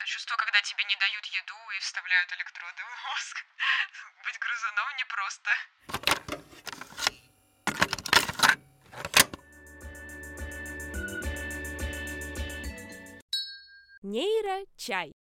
То чувство, когда тебе не дают еду и вставляют электроды в мозг. Быть грызуном непросто. Нейрочай.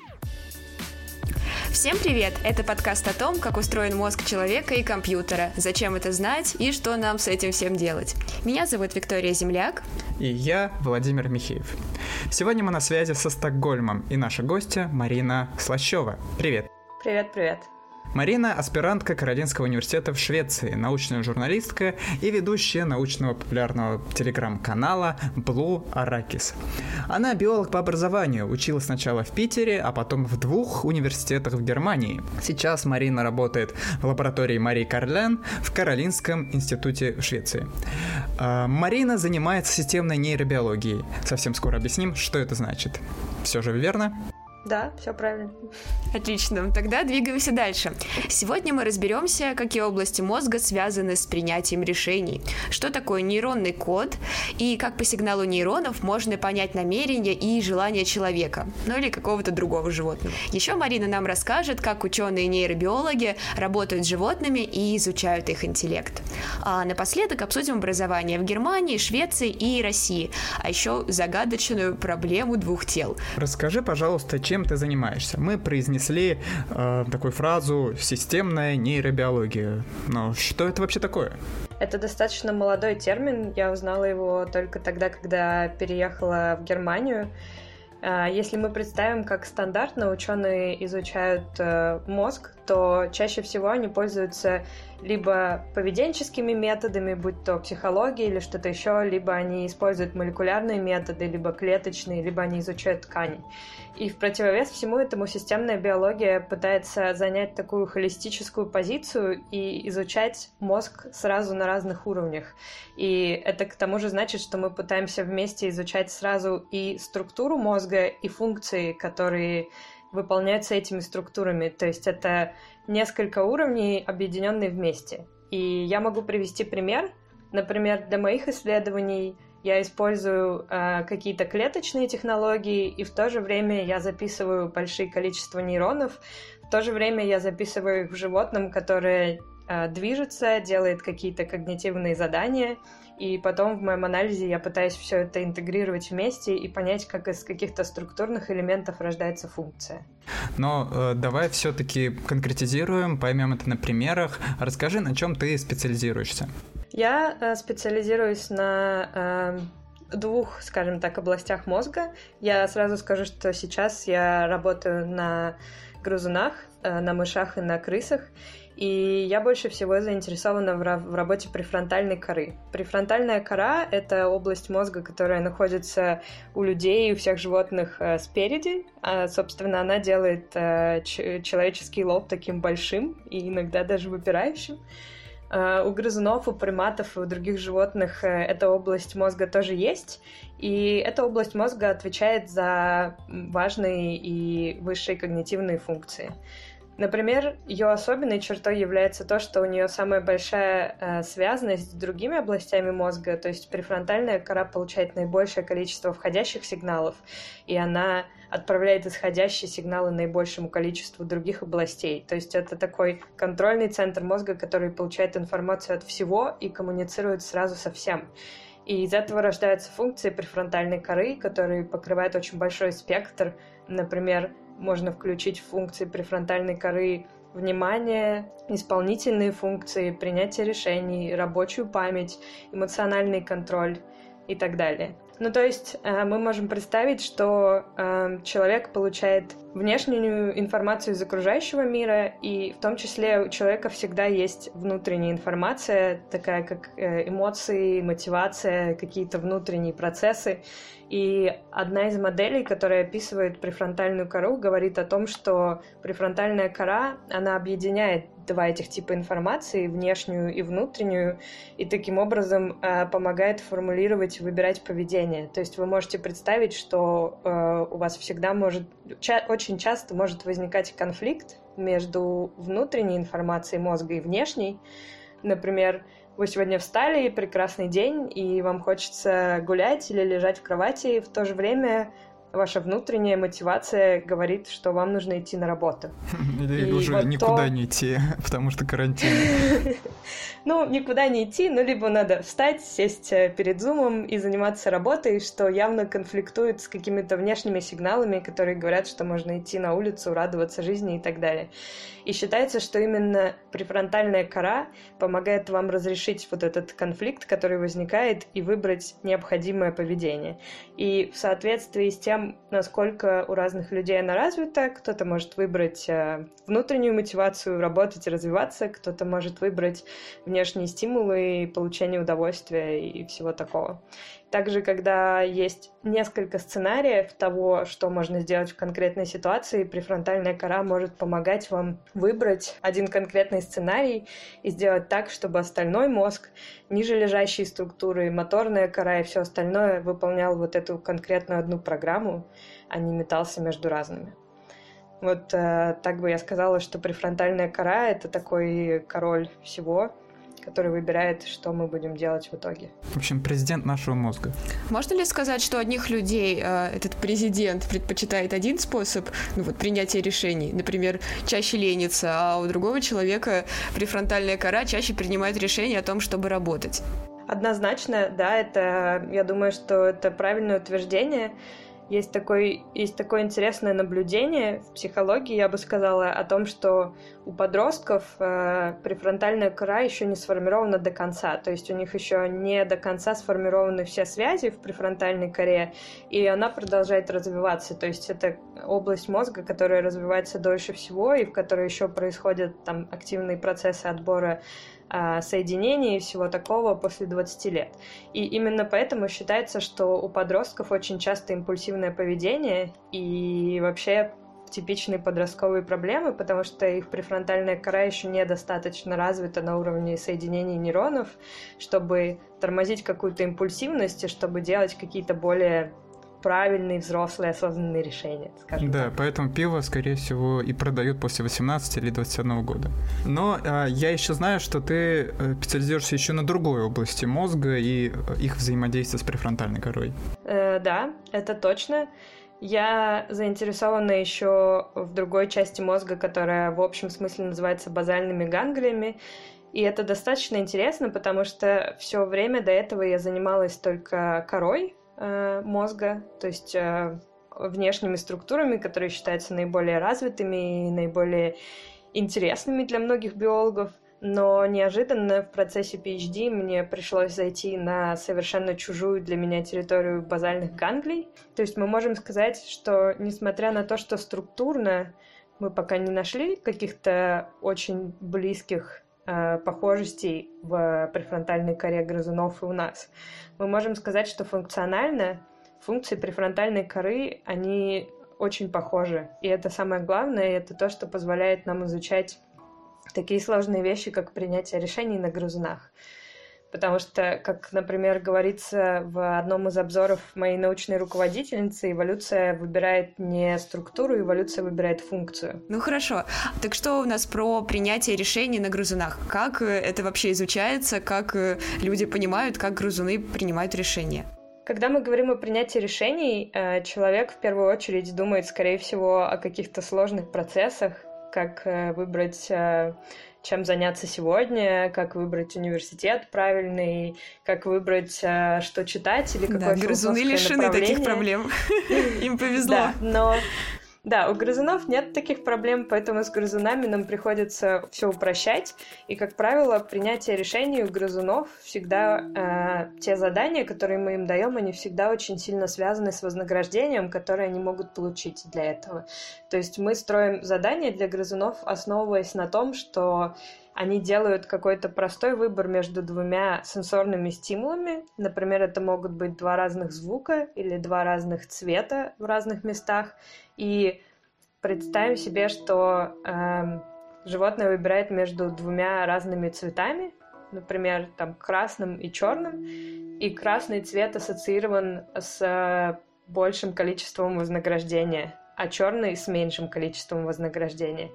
Всем привет! Это подкаст о том, как устроен мозг человека и компьютера, зачем это знать и что нам с этим всем делать. Меня зовут Виктория Земляк. И я, Владимир Михеев. Сегодня мы на связи со Стокгольмом, и наша гостья Марина Слащева. Привет! Привет-привет! Марина – аспирантка Каролинского университета в Швеции, научная журналистка и ведущая научного популярного телеграм-канала Blue Arrakis. Она биолог по образованию, училась сначала в Питере, а потом в 2 университетах в Германии. Сейчас Марина работает в лаборатории Марии Карлен в Каролинском институте в Швеции. Марина занимается системной нейробиологией. Совсем скоро объясним, что это значит. Все же верно? Да, все правильно. Отлично, тогда двигаемся дальше. Сегодня мы разберемся, какие области мозга связаны с принятием решений, что такое нейронный код и как по сигналу нейронов можно понять намерения и желания человека, ну или какого-то другого животного. Еще Марина нам расскажет, как ученые-нейробиологи работают с животными и изучают их интеллект. А напоследок обсудим образование в Германии, Швеции и России, а еще загадочную проблему 2 тел. Расскажи, пожалуйста, чем ты занимаешься? Мы произнесли такую фразу «системная нейробиология». Но что это вообще такое? Это достаточно молодой термин. Я узнала его только тогда, когда переехала в Германию. Если мы представим, как стандартно ученые изучают мозг, то чаще всего они пользуются либо поведенческими методами, будь то психология или что-то еще, либо они используют молекулярные методы, либо клеточные, либо они изучают ткани. И в противовес всему этому системная биология пытается занять такую холистическую позицию и изучать мозг сразу на разных уровнях. И это к тому же значит, что мы пытаемся вместе изучать сразу и структуру мозга, и функции, которые выполняются этими структурами. То есть это несколько уровней, объединенные вместе. И я могу привести пример. Например, для моих исследований я использую какие-то клеточные технологии, и в то же время я записываю большие количества нейронов, в то же время я записываю их в животном, которое движется, делает какие-то когнитивные задания, и потом в моем анализе я пытаюсь все это интегрировать вместе и понять, как из каких-то структурных элементов рождается функция. Но давай все-таки конкретизируем, поймем это на примерах. Расскажи, на чем ты специализируешься. Я специализируюсь на 2, скажем так, областях мозга. Я сразу скажу, что сейчас я работаю на грызунах, на мышах и на крысах. И я больше всего заинтересована в работе префронтальной коры. Префронтальная кора — это область мозга, которая находится у людей и у всех животных спереди. Собственно, она делает человеческий лоб таким большим и иногда даже выпирающим. У грызунов, у приматов и у других животных эта область мозга тоже есть, и эта область мозга отвечает за важные и высшие когнитивные функции. Например, ее особенной чертой является то, что у нее самая большая связанность с другими областями мозга, то есть префронтальная кора получает наибольшее количество входящих сигналов, и она отправляет исходящие сигналы наибольшему количеству других областей. То есть это такой контрольный центр мозга, который получает информацию от всего и коммуницирует сразу со всем. И из этого рождаются функции префронтальной коры, которые покрывают очень большой спектр. Например, можно включить в функции префронтальной коры внимание, исполнительные функции, принятие решений, рабочую память, эмоциональный контроль и так далее. Ну, то есть мы можем представить, что человек получает внешнюю информацию из окружающего мира, и в том числе у человека всегда есть внутренняя информация, такая как эмоции, мотивация, какие-то внутренние процессы. И одна из моделей, которая описывает префронтальную кору, говорит о том, что префронтальная кора, она объединяет 2 этих типа информации, внешнюю и внутреннюю, и таким образом помогает формулировать и выбирать поведение. То есть вы можете представить, что у вас всегда очень часто может возникать конфликт между внутренней информацией мозга и внешней. Например, вы сегодня встали, прекрасный день, и вам хочется гулять или лежать в кровати, и в то же время ваша внутренняя мотивация говорит, что вам нужно идти на работу. Или уже вот никуда не идти, потому что карантин. Ну, никуда не идти, ну, либо надо встать, сесть перед зумом и заниматься работой, что явно конфликтует с какими-то внешними сигналами, которые говорят, что можно идти на улицу, радоваться жизни и так далее. И считается, что именно префронтальная кора помогает вам разрешить вот этот конфликт, который возникает, и выбрать необходимое поведение. И в соответствии с тем, насколько у разных людей она развита, кто-то может выбрать внутреннюю мотивацию, работать и развиваться, кто-то может выбрать внешние стимулы, получение удовольствия и всего такого. Также, когда есть несколько сценариев того, что можно сделать в конкретной ситуации, префронтальная кора может помогать вам выбрать один конкретный сценарий и сделать так, чтобы остальной мозг, ниже лежащие структуры, моторная кора и все остальное выполнял вот эту конкретную одну программу, а не метался между разными. Вот так бы я сказала, что префронтальная кора — это такой король всего, который выбирает, что мы будем делать в итоге. В общем, президент нашего мозга. Можно ли сказать, что одних людей этот президент предпочитает один способ принятия решений, например, чаще ленится, а у другого человека префронтальная кора чаще принимает решение о том, чтобы работать? Однозначно, да, я думаю, что это правильное утверждение. Есть такое интересное наблюдение в психологии, я бы сказала, о том, что у подростков префронтальная кора еще не сформирована до конца, то есть у них еще не до конца сформированы все связи в префронтальной коре, и она продолжает развиваться, то есть это область мозга, которая развивается дольше всего, и в которой еще происходят там активные процессы отбора соединений и всего такого после 20 лет. И именно поэтому считается, что у подростков очень часто импульсивное поведение и вообще типичные подростковые проблемы, потому что их префронтальная кора еще недостаточно развита на уровне соединений нейронов, чтобы тормозить какую-то импульсивность и чтобы делать какие-то более правильные, взрослые, осознанные решения, скажем да, так. Поэтому пиво, скорее всего, и продают после 18 или 21 года. Но я еще знаю, что ты специализируешься еще на другой области мозга и их взаимодействие с префронтальной корой. Да, это точно. Я заинтересована еще в другой части мозга, которая в общем смысле называется базальными ганглиями. И это достаточно интересно, потому что все время до этого я занималась только корой мозга, то есть внешними структурами, которые считаются наиболее развитыми и наиболее интересными для многих биологов. Но неожиданно в процессе PhD мне пришлось зайти на совершенно чужую для меня территорию базальных ганглий. То есть мы можем сказать, что несмотря на то, что структурно мы пока не нашли каких-то очень близких похожестей в префронтальной коре грызунов и у нас, мы можем сказать, что функционально функции префронтальной коры, они очень похожи. И это самое главное, и это то, что позволяет нам изучать такие сложные вещи, как принятие решений на грызунах. Потому что, как, например, говорится в одном из обзоров моей научной руководительницы, эволюция выбирает не структуру, эволюция выбирает функцию. Ну хорошо. Так что у нас про принятие решений на грызунах? Как это вообще изучается? Как люди понимают, как грызуны принимают решения? Когда мы говорим о принятии решений, человек в первую очередь думает, скорее всего, о каких-то сложных процессах, как выбрать, чем заняться сегодня, как выбрать университет правильный, как выбрать, что читать или какое философское грызуны лишены таких проблем. Им повезло. Да, у грызунов нет таких проблем, поэтому с грызунами нам приходится все упрощать. И, как правило, принятие решений у грызунов всегда те задания, которые мы им даем, они всегда очень сильно связаны с вознаграждением, которое они могут получить для этого. То есть мы строим задания для грызунов, основываясь на том, что они делают какой-то простой выбор между двумя сенсорными стимулами. Например, это могут быть два разных звука или два разных цвета в разных местах. И представим себе, что животное выбирает между двумя разными цветами, например, там, красным и черным, и красный цвет ассоциирован с большим количеством вознаграждения, а черный с меньшим количеством вознаграждения.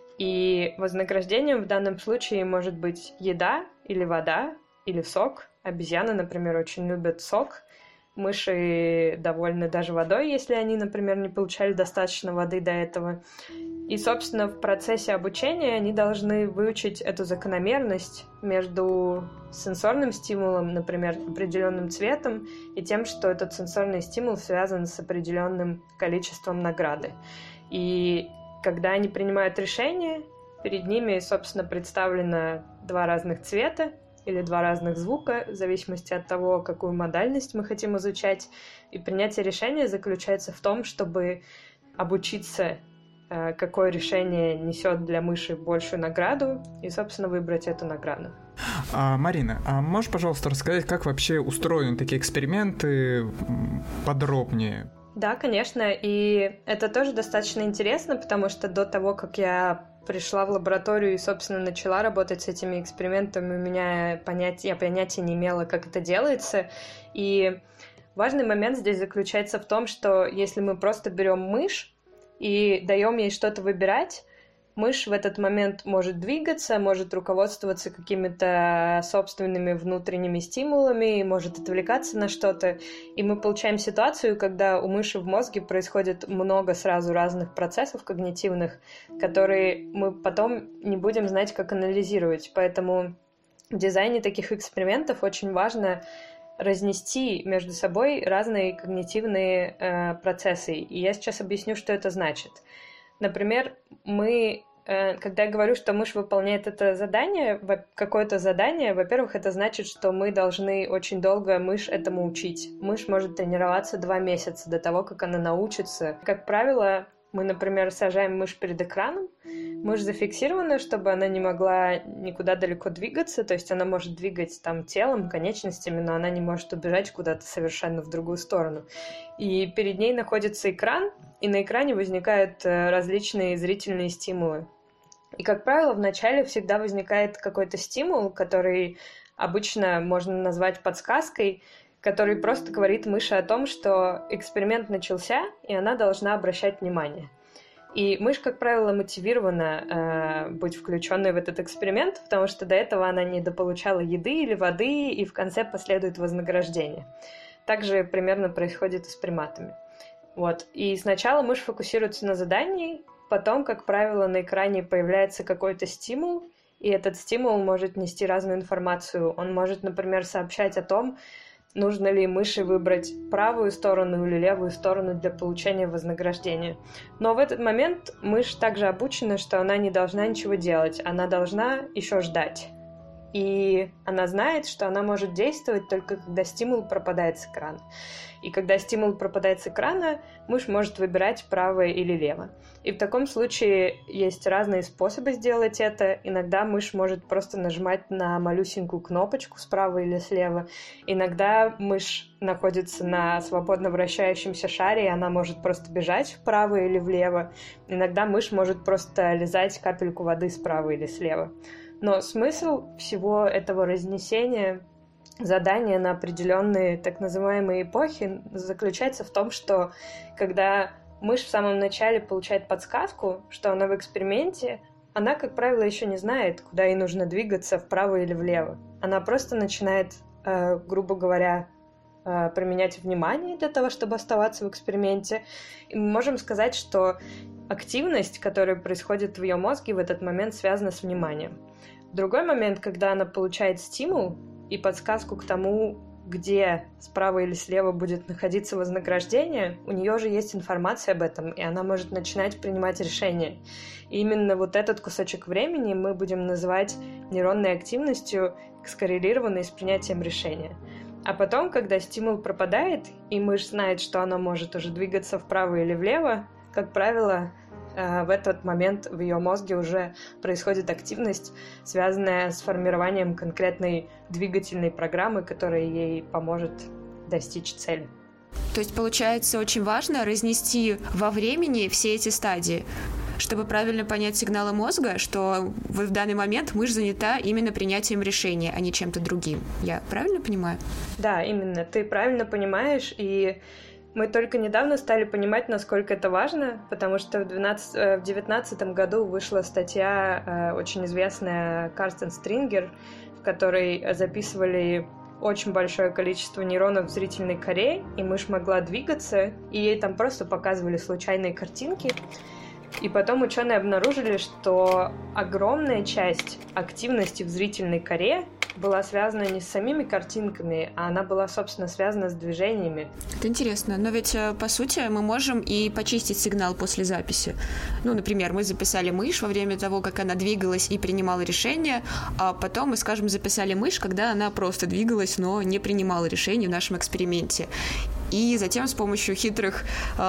И вознаграждением в данном случае может быть еда или вода, или сок. Обезьяны, например, очень любят сок, Мыши довольны даже водой, если они, например, не получали достаточно воды до этого. И, собственно, в процессе обучения они должны выучить эту закономерность между сенсорным стимулом, например, определенным цветом, и тем, что этот сенсорный стимул связан с определенным количеством награды. И когда они принимают решение, перед ними, собственно, представлено два разных цвета или два разных звука, в зависимости от того, какую модальность мы хотим изучать. И принятие решения заключается в том, чтобы обучиться, какое решение несет для мыши большую награду, и, собственно, выбрать эту награду. Марина, а можешь, пожалуйста, рассказать, как вообще устроены такие эксперименты подробнее? Да, конечно, и это тоже достаточно интересно, потому что до того, как я пришла в лабораторию и, собственно, начала работать с этими экспериментами, я понятия не имела, как это делается. И важный момент здесь заключается в том, что если мы просто берем мышь и даем ей что-то выбирать, мышь в этот момент может двигаться, может руководствоваться какими-то собственными внутренними стимулами, может отвлекаться на что-то. И мы получаем ситуацию, когда у мыши в мозге происходит много сразу разных процессов когнитивных, которые мы потом не будем знать, как анализировать. Поэтому в дизайне таких экспериментов очень важно разнести между собой разные когнитивные процессы. И я сейчас объясню, что это значит. Например, когда я говорю, что мышь выполняет это задание, какое-то задание, во-первых, это значит, что мы должны очень долго мышь этому учить. Мышь может тренироваться 2 месяца до того, как она научится. Как правило, мы, например, сажаем мышь перед экраном, мышь зафиксирована, чтобы она не могла никуда далеко двигаться, то есть она может двигать там телом, конечностями, но она не может убежать куда-то совершенно в другую сторону. И перед ней находится экран, и на экране возникают различные зрительные стимулы. И, как правило, вначале всегда возникает какой-то стимул, который обычно можно назвать подсказкой, который просто говорит мыши о том, что эксперимент начался, и она должна обращать внимание. И мышь, как правило, мотивирована быть включенной в этот эксперимент, потому что до этого она недополучала еды или воды, и в конце последует вознаграждение. Также примерно происходит и с приматами. Вот. И сначала мышь фокусируется на задании, потом, как правило, на экране появляется какой-то стимул, и этот стимул может нести разную информацию. Он может, например, сообщать о том, нужно ли мыши выбрать правую сторону или левую сторону для получения вознаграждения. Но в этот момент мышь также обучена, что она не должна ничего делать, она должна еще ждать. И она знает, что она может действовать только когда стимул пропадает с экрана. И когда стимул пропадает с экрана, мышь может выбирать право или лево. И в таком случае есть разные способы сделать это. Иногда мышь может просто нажимать на малюсенькую кнопочку справа или слева. Иногда мышь находится на свободно вращающемся шаре, и она может просто бежать вправо или влево. Иногда мышь может просто лизать капельку воды справа или слева. Но смысл всего этого разнесения задания на определенные так называемые эпохи заключается в том, что когда мышь в самом начале получает подсказку, что она в эксперименте, она, как правило, еще не знает, куда ей нужно двигаться, вправо или влево. Она просто начинает, грубо говоря, применять внимание для того, чтобы оставаться в эксперименте. И мы можем сказать, что активность, которая происходит в ее мозге в этот момент, связана с вниманием. В другой момент, когда она получает стимул и подсказку к тому, где справа или слева будет находиться вознаграждение, у нее же есть информация об этом, и она может начинать принимать решения. И именно вот этот кусочек времени мы будем называть нейронной активностью, скоррелированной с принятием решения. А потом, когда стимул пропадает, и мышь знает, что она может уже двигаться вправо или влево, как правило, в этот момент в ее мозге уже происходит активность, связанная с формированием конкретной двигательной программы, которая ей поможет достичь цели. То есть, получается, очень важно разнести во времени все эти стадии, чтобы правильно понять сигналы мозга, что в данный момент мышь занята именно принятием решения, а не чем-то другим. Я правильно понимаю? Да, именно. Ты правильно понимаешь, и мы только недавно стали понимать, насколько это важно, потому что в 2019 году вышла статья очень известная Карстен Стрингер, в которой записывали очень большое количество нейронов в зрительной коре, и мышь могла двигаться, и ей там просто показывали случайные картинки. И потом ученые обнаружили, что огромная часть активности в зрительной коре была связана не с самими картинками, а она была, собственно, связана с движениями. Это интересно, но ведь, по сути, мы можем и почистить сигнал после записи. Ну, например, мы записали мышь во время того, как она двигалась и принимала решения, а потом мы, скажем, записали мышь, когда она просто двигалась, но не принимала решений в нашем эксперименте. И затем с помощью хитрых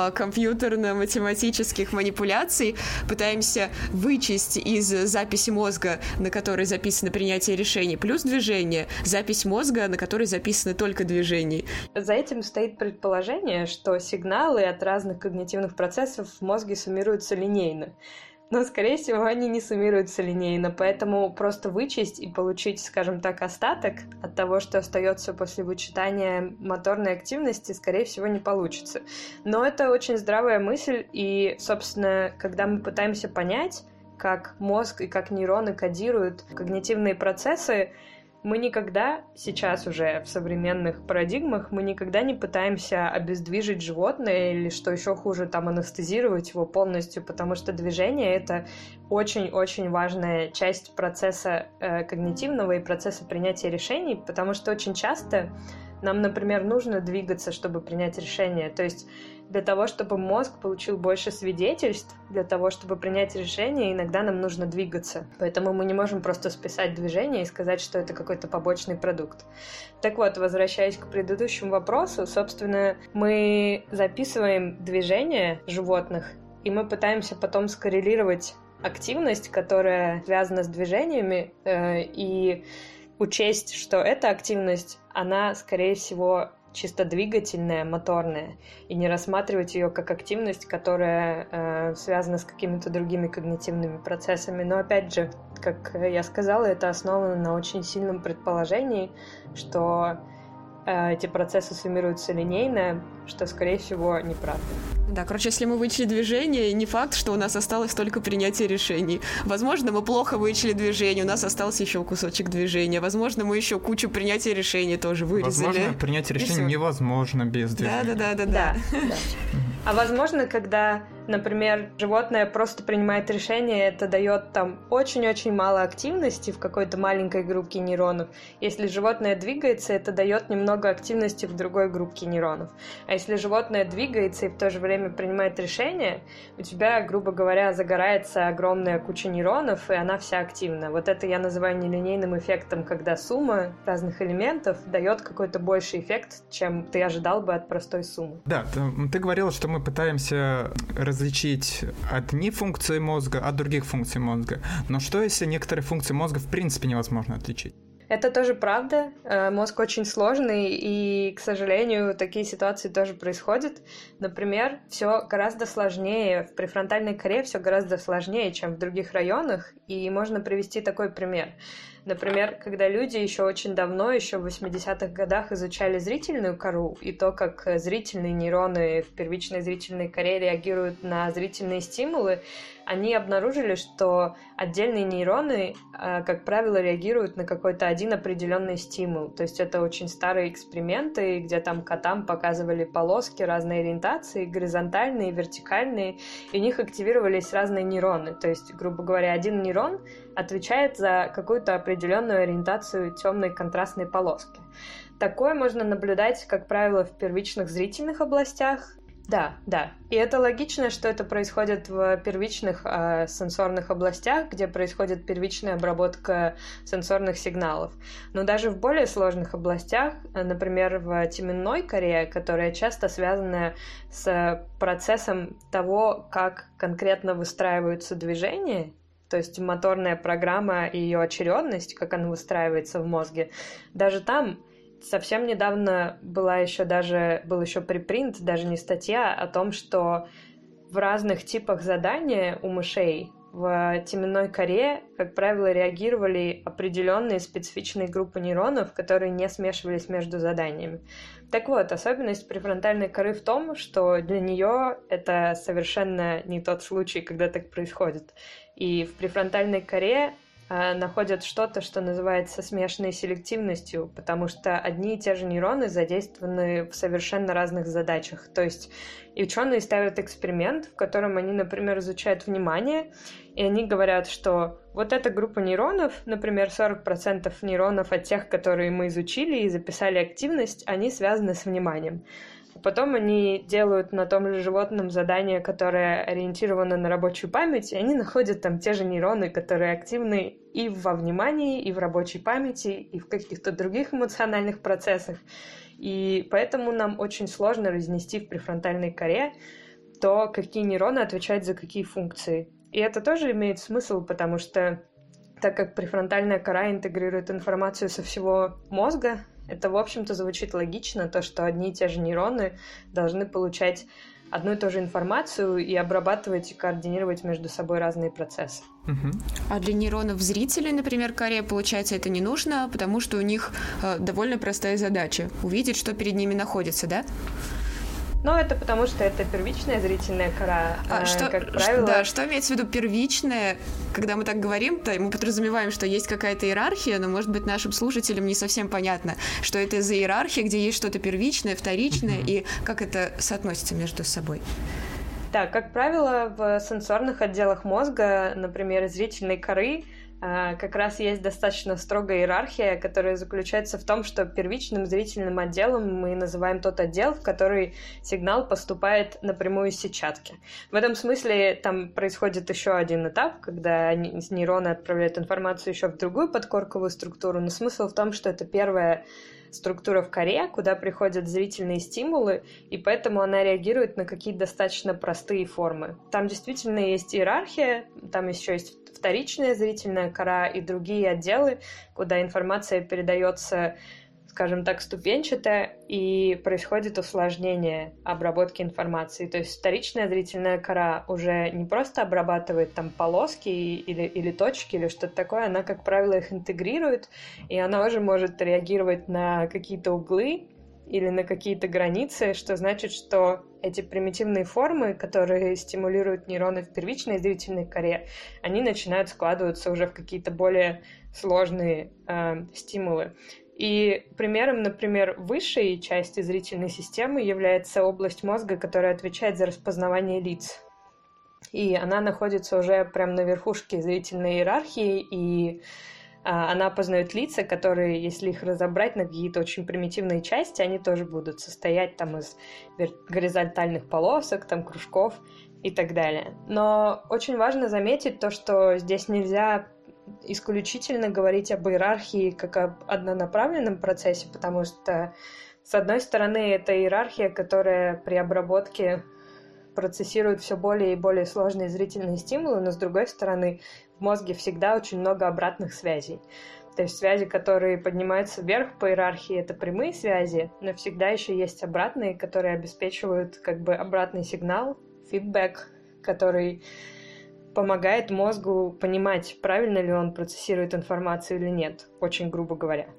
компьютерно-математических манипуляций пытаемся вычесть из записи мозга, на которой записано принятие решений, плюс движение, запись мозга, на которой записаны только движения. За этим стоит предположение, что сигналы от разных когнитивных процессов в мозге суммируются линейно. Но, скорее всего, они не суммируются линейно, поэтому просто вычесть и получить, скажем так, остаток от того, что остается после вычитания моторной активности, скорее всего, не получится. Но это очень здравая мысль, и, собственно, когда мы пытаемся понять, как мозг и как нейроны кодируют когнитивные процессы, мы никогда, сейчас уже в современных парадигмах, мы никогда не пытаемся обездвижить животное или, что еще хуже, там, анестезировать его полностью, потому что движение — это очень-очень важная часть процесса когнитивного и процесса принятия решений, потому что очень часто нам, например, нужно двигаться, чтобы принять решение. То есть для того, чтобы мозг получил больше свидетельств, для того, чтобы принять решение, иногда нам нужно двигаться. Поэтому мы не можем просто списать движение и сказать, что это какой-то побочный продукт. Так вот, возвращаясь к предыдущему вопросу, собственно, мы записываем движения животных, и мы пытаемся потом скоррелировать активность, которая связана с движениями, и учесть, что эта активность, она, скорее всего, чисто двигательная, моторная, и не рассматривать ее как активность, которая связана с какими-то другими когнитивными процессами. Но, опять же, как я сказала, это основано на очень сильном предположении, что эти процессы суммируются линейно, что, скорее всего, неправда. Да, короче, если мы вычли движение, не факт, что у нас осталось только принятие решений. Возможно, мы плохо вычли движение, у нас остался еще кусочек движения. Возможно, мы еще кучу принятия решений тоже вырезали. Возможно, принятие решений невозможно без движения. Да. А возможно, когда, например, животное просто принимает решение, это дает там очень-очень мало активности в какой-то маленькой группе нейронов. Если животное двигается, это дает немного активности в другой группе нейронов. А если животное двигается и в то же время принимает решение, у тебя, грубо говоря, загорается огромная куча нейронов, и она вся активна. Вот это я называю нелинейным эффектом, когда сумма разных элементов дает какой-то больший эффект, чем ты ожидал бы от простой суммы. Да, ты говорила, что мы пытаемся различить одни функции мозга от других функций мозга. Но что, если некоторые функции мозга в принципе невозможно отличить? Это тоже правда. Мозг очень сложный, и, к сожалению, такие ситуации тоже происходят. Например, все гораздо сложнее, в префронтальной коре все гораздо сложнее, чем в других районах, и можно привести такой пример. Например, когда люди еще очень давно, еще в 80-х годах изучали зрительную кору и то, как зрительные нейроны в первичной зрительной коре реагируют на зрительные стимулы, они обнаружили, что отдельные нейроны, как правило, реагируют на какой-то один определенный стимул. То есть это очень старые эксперименты, где там котам показывали полоски разной ориентации, горизонтальные, вертикальные, и у них активировались разные нейроны. То есть, грубо говоря, один нейрон отвечает за какую-то определенную ориентацию темной контрастной полоски. Такое можно наблюдать, как правило, в первичных зрительных областях. Да. И это логично, что это происходит в первичных сенсорных областях, где происходит первичная обработка сенсорных сигналов. Но даже в более сложных областях, например, в теменной коре, которая часто связана с процессом того, как конкретно выстраиваются движения, то есть моторная программа и ее очередность, как она выстраивается в мозге, даже там совсем недавно был еще препринт, даже не статья, о том, что в разных типах задания у мышей в теменной коре, как правило, реагировали определенные специфичные группы нейронов, которые не смешивались между заданиями. Так вот, особенность префронтальной коры в том, что для нее это совершенно не тот случай, когда так происходит. И в префронтальной коре находят что-то, что называется смешанной селективностью, потому что одни и те же нейроны задействованы в совершенно разных задачах. То есть и ученые ставят эксперимент, в котором они, например, изучают внимание, и они говорят, что вот эта группа нейронов, например, 40% нейронов от тех, которые мы изучили и записали активность, они связаны с вниманием. Потом они делают на том же животном задание, которое ориентировано на рабочую память, и они находят там те же нейроны, которые активны и во внимании, и в рабочей памяти, и в каких-то других эмоциональных процессах. И поэтому нам очень сложно разнести в префронтальной коре то, какие нейроны отвечают за какие функции. И это тоже имеет смысл, потому что так как префронтальная кора интегрирует информацию со всего мозга, это, в общем-то, звучит логично, то, что одни и те же нейроны должны получать одну и ту же информацию и обрабатывать и координировать между собой разные процессы. А для нейронов зрителей, например, коре, получается, это не нужно, потому что у них довольно простая задача — увидеть, что перед ними находится, да? Ну, это потому что это первичная зрительная кора, как правило. Да, что имеется в виду первичная? Когда мы так говорим, то мы подразумеваем, что есть какая-то иерархия, но, может быть, нашим слушателям не совсем понятно, что это за иерархия, где есть что-то первичное, вторичное, и как это соотносится между собой. Да, как правило, в сенсорных отделах мозга, например, зрительной коры, как раз есть достаточно строгая иерархия, которая заключается в том, что первичным зрительным отделом мы называем тот отдел, в который сигнал поступает напрямую из сетчатки. В этом смысле там происходит еще один этап, когда нейроны отправляют информацию еще в другую подкорковую структуру, но смысл в том, что это первая структура в коре, куда приходят зрительные стимулы, и поэтому она реагирует на какие-то достаточно простые формы. Там действительно есть иерархия, там еще есть вторичная зрительная кора и другие отделы, куда информация передается, скажем так, ступенчато, и происходит усложнение обработки информации. То есть вторичная зрительная кора уже не просто обрабатывает там полоски или точки или что-то такое, она, как правило, их интегрирует, и она уже может реагировать на какие-то углы или на какие-то границы, что значит, что эти примитивные формы, которые стимулируют нейроны в первичной зрительной коре, они начинают складываться уже в какие-то более сложные стимулы. И примером, например, высшей части зрительной системы является область мозга, которая отвечает за распознавание лиц. И она находится уже прямо на верхушке зрительной иерархии, и она познает лица, которые, если их разобрать на какие-то очень примитивные части, они тоже будут состоять там из горизонтальных полосок, там кружков и так далее. Но очень важно заметить то, что здесь нельзя исключительно говорить об иерархии как об однонаправленном процессе, потому что, с одной стороны, это иерархия, которая при обработке процессирует все более и более сложные зрительные стимулы, но, с другой стороны, в мозге всегда очень много обратных связей. То есть связи, которые поднимаются вверх по иерархии, это прямые связи, но всегда еще есть обратные, которые обеспечивают как бы обратный сигнал, фидбэк, который помогает мозгу понимать, правильно ли он процессирует информацию или нет, очень грубо говоря.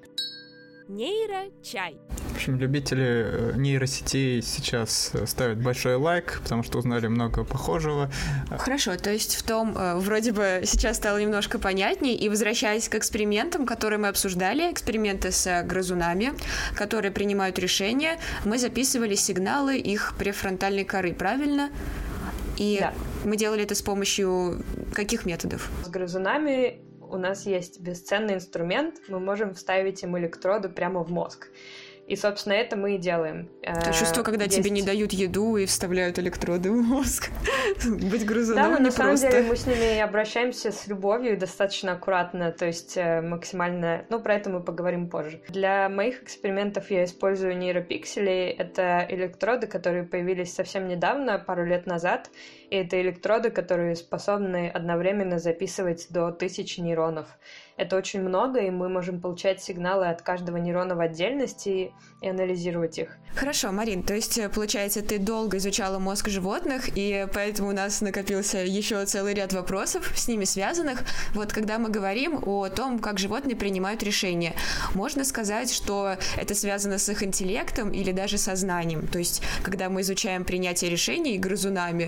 Нейрочай. В общем, любители нейросетей сейчас ставят большой лайк, потому что узнали много похожего. Хорошо, то есть в том, вроде бы сейчас стало немножко понятнее, и возвращаясь к экспериментам, которые мы обсуждали, эксперименты с грызунами, которые принимают решения, мы записывали сигналы их префронтальной коры, правильно? И да. Мы делали это с помощью каких методов? С грызунами у нас есть бесценный инструмент, мы можем вставить им электроды прямо в мозг. И, собственно, это мы и делаем. Это чувство, когда тебе не дают еду и вставляют электроды в мозг. Быть грызуном да, но на самом непросто. деле мы с ними обращаемся с любовью и достаточно аккуратно, то есть максимально... Ну, про это мы поговорим позже. Для моих экспериментов я использую нейропиксели. Это электроды, которые появились совсем недавно, пару лет назад. И это электроды, которые способны одновременно записывать до 1000 нейронов. Это очень много, и мы можем получать сигналы от каждого нейрона в отдельности и анализировать их. Хорошо, Марин, то есть, получается, ты долго изучала мозг животных, и поэтому у нас накопился еще целый ряд вопросов с ними связанных. Вот когда мы говорим о том, как животные принимают решения, можно сказать, что это связано с их интеллектом или даже сознанием. То есть, когда мы изучаем принятие решений грызунами, мы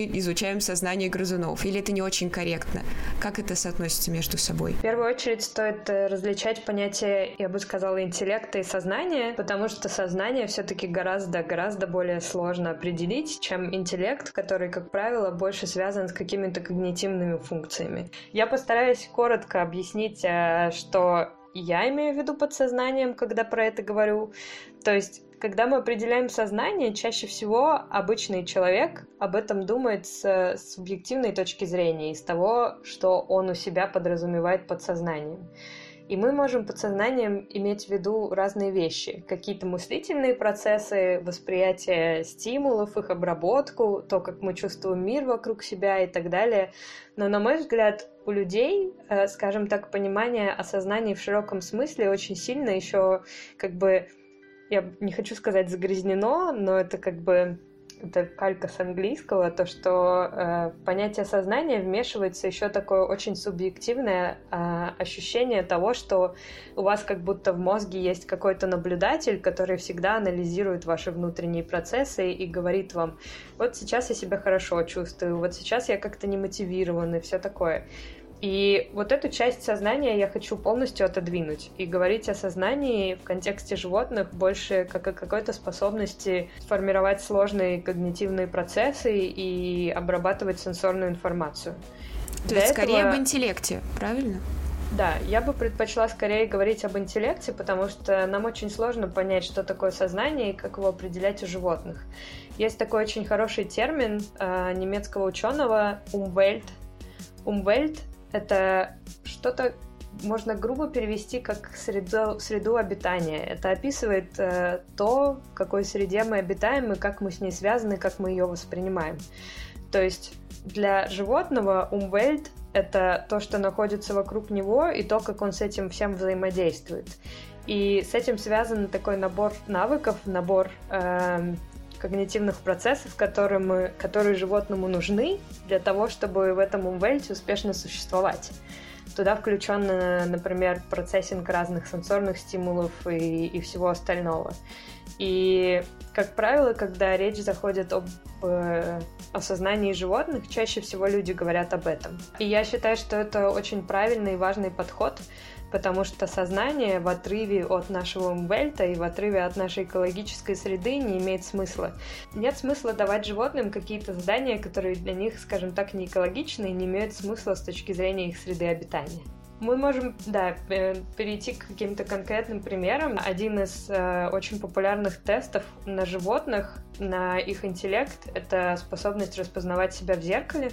мы изучаем сознание грызунов? Или это не очень корректно? Как это соотносится между собой? В первую очередь стоит различать понятия, я бы сказала, интеллекта и сознания, потому что сознание все-таки гораздо более сложно определить, чем интеллект, который, как правило, больше связан с какими-то когнитивными функциями. Я постараюсь коротко объяснить, что я имею в виду под сознанием, когда про это говорю. То есть, когда мы определяем сознание, чаще всего обычный человек об этом думает с субъективной точки зрения, из того, что он у себя подразумевает под сознанием. И мы можем под сознанием иметь в виду разные вещи. Какие-то мыслительные процессы, восприятие стимулов, их обработку, то, как мы чувствуем мир вокруг себя и так далее. Но, на мой взгляд, у людей, скажем так, понимание о сознании в широком смысле очень сильно еще я не хочу сказать загрязнено, но это это калька с английского, то, что понятие сознания вмешивается еще такое очень субъективное ощущение того, что у вас как будто в мозге есть какой-то наблюдатель, который всегда анализирует ваши внутренние процессы и говорит вам: вот сейчас я себя хорошо чувствую, вот сейчас я как-то не мотивирован и все такое. И вот эту часть сознания я хочу полностью отодвинуть и говорить о сознании в контексте животных больше как о какой-то способности формировать сложные когнитивные процессы и обрабатывать сенсорную информацию. То есть скорее об интеллекте, правильно? Да, я бы предпочла скорее говорить об интеллекте, потому что нам очень сложно понять, что такое сознание и как его определять у животных. Есть такой очень хороший термин немецкого ученого Umwelt. Umwelt — это что-то, можно грубо перевести как среду обитания. Это описывает то, в какой среде мы обитаем и как мы с ней связаны, как мы ее воспринимаем. То есть для животного Umwelt — это то, что находится вокруг него, и то, как он с этим всем взаимодействует. И с этим связан такой набор навыков, набор когнитивных процессов, которые животному нужны для того, чтобы в этом умвельте успешно существовать. Туда включен, например, процессинг разных сенсорных стимулов и всего остального. И, как правило, когда речь заходит об осознании животных, чаще всего люди говорят об этом. И я считаю, что это очень правильный и важный подход, потому что сознание в отрыве от нашего умвельта и в отрыве от нашей экологической среды не имеет смысла. Нет смысла давать животным какие-то задания, которые для них, скажем так, не экологичны и не имеют смысла с точки зрения их среды обитания. Мы можем, перейти к каким-то конкретным примерам. Один из очень популярных тестов на животных, на их интеллект, это способность распознавать себя в зеркале.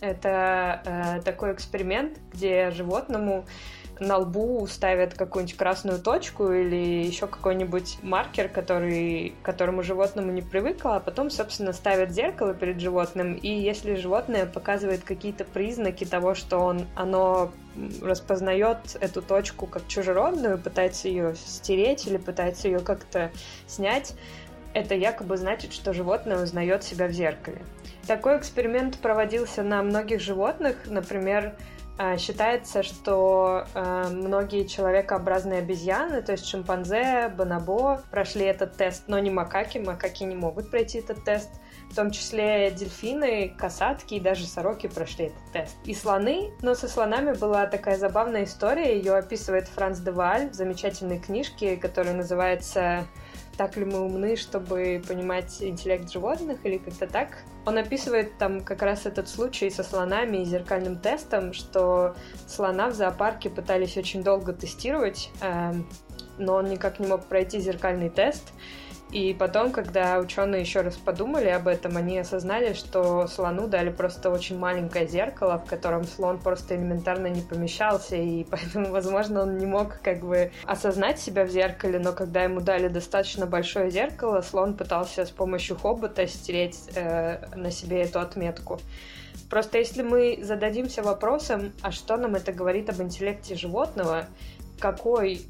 Это такой эксперимент, где животному на лбу ставят какую-нибудь красную точку или еще какой-нибудь маркер, к которому животному не привыкло, а потом, собственно, ставят зеркало перед животным, и если животное показывает какие-то признаки того, что оно распознает эту точку как чужеродную, пытается ее стереть или пытается ее как-то снять, это якобы значит, что животное узнает себя в зеркале. Такой эксперимент проводился на многих животных. Например, считается, что многие человекообразные обезьяны, то есть шимпанзе, бонобо, прошли этот тест, но не макаки. Макаки не могут пройти этот тест. В том числе дельфины, касатки и даже сороки прошли этот тест. И слоны, но со слонами была такая забавная история, ее описывает Франц де Вааль в замечательной книжке, которая называется «Так ли мы умны, чтобы понимать интеллект животных?» или как-то так. Он описывает там как раз этот случай со слонами и зеркальным тестом, что слона в зоопарке пытались очень долго тестировать, но он никак не мог пройти зеркальный тест. И потом, когда ученые еще раз подумали об этом, они осознали, что слону дали просто очень маленькое зеркало, в котором слон просто элементарно не помещался, и поэтому, возможно, он не мог осознать себя в зеркале, но когда ему дали достаточно большое зеркало, слон пытался с помощью хобота стереть на себе эту отметку. Просто если мы зададимся вопросом, а что нам это говорит об интеллекте животного, какой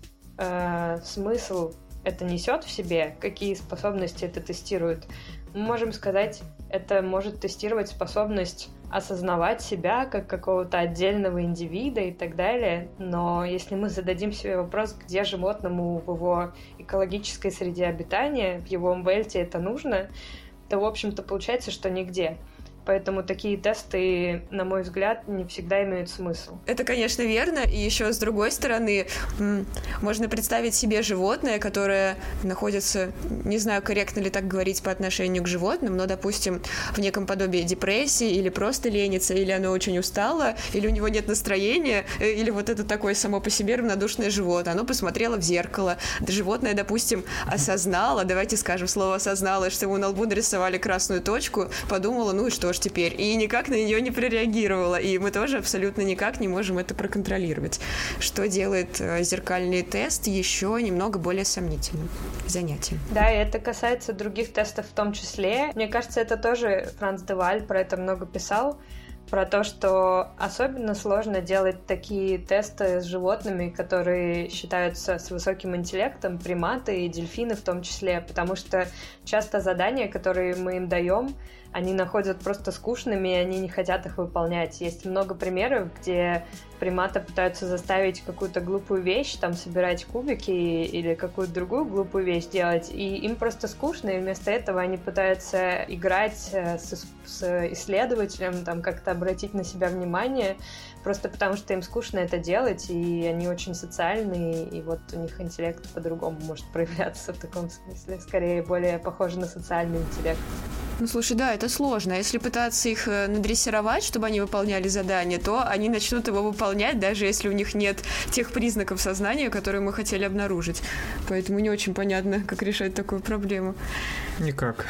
смысл это несет в себе, какие способности это тестирует, мы можем сказать, это может тестировать способность осознавать себя как какого-то отдельного индивида и так далее. Но если мы зададим себе вопрос, где животному в его экологической среде обитания, в его умвельте это нужно, то, в общем-то, получается, что нигде. Поэтому такие тесты, на мой взгляд, не всегда имеют смысл. Это, конечно, верно. И еще с другой стороны, можно представить себе животное, которое находится, не знаю, корректно ли так говорить по отношению к животным, но, допустим, в неком подобии депрессии, или просто ленится, или оно очень устало, или у него нет настроения, или вот это такое само по себе равнодушное животное. Оно посмотрело в зеркало. Животное, допустим, осознало, давайте скажем слово осознало, что ему на лбу нарисовали красную точку, подумала, ну и что ж теперь, и никак на нее не прореагировала, и мы тоже абсолютно никак не можем это проконтролировать, что делает зеркальный тест еще немного более сомнительным занятием. Да, и это касается других тестов в том числе. Мне кажется, это тоже Франц де Вааль про это много писал, про то, что особенно сложно делать такие тесты с животными, которые считаются с высоким интеллектом, приматы и дельфины в том числе, потому что часто задания, которые мы им даем, они находят просто скучными, и они не хотят их выполнять. Есть много примеров, где приматы пытаются заставить какую-то глупую вещь, там, собирать кубики или какую-то другую глупую вещь делать, и им просто скучно, и вместо этого они пытаются играть с исследователем, там, как-то обратить на себя внимание, просто потому что им скучно это делать, и они очень социальные, и вот у них интеллект по-другому может проявляться в таком смысле, скорее более похоже на социальный интеллект. Ну, слушай, да, это сложно. Если пытаться их надрессировать, чтобы они выполняли задание, то они начнут его выполнять, даже если у них нет тех признаков сознания, которые мы хотели обнаружить. Поэтому не очень понятно, как решать такую проблему. Никак.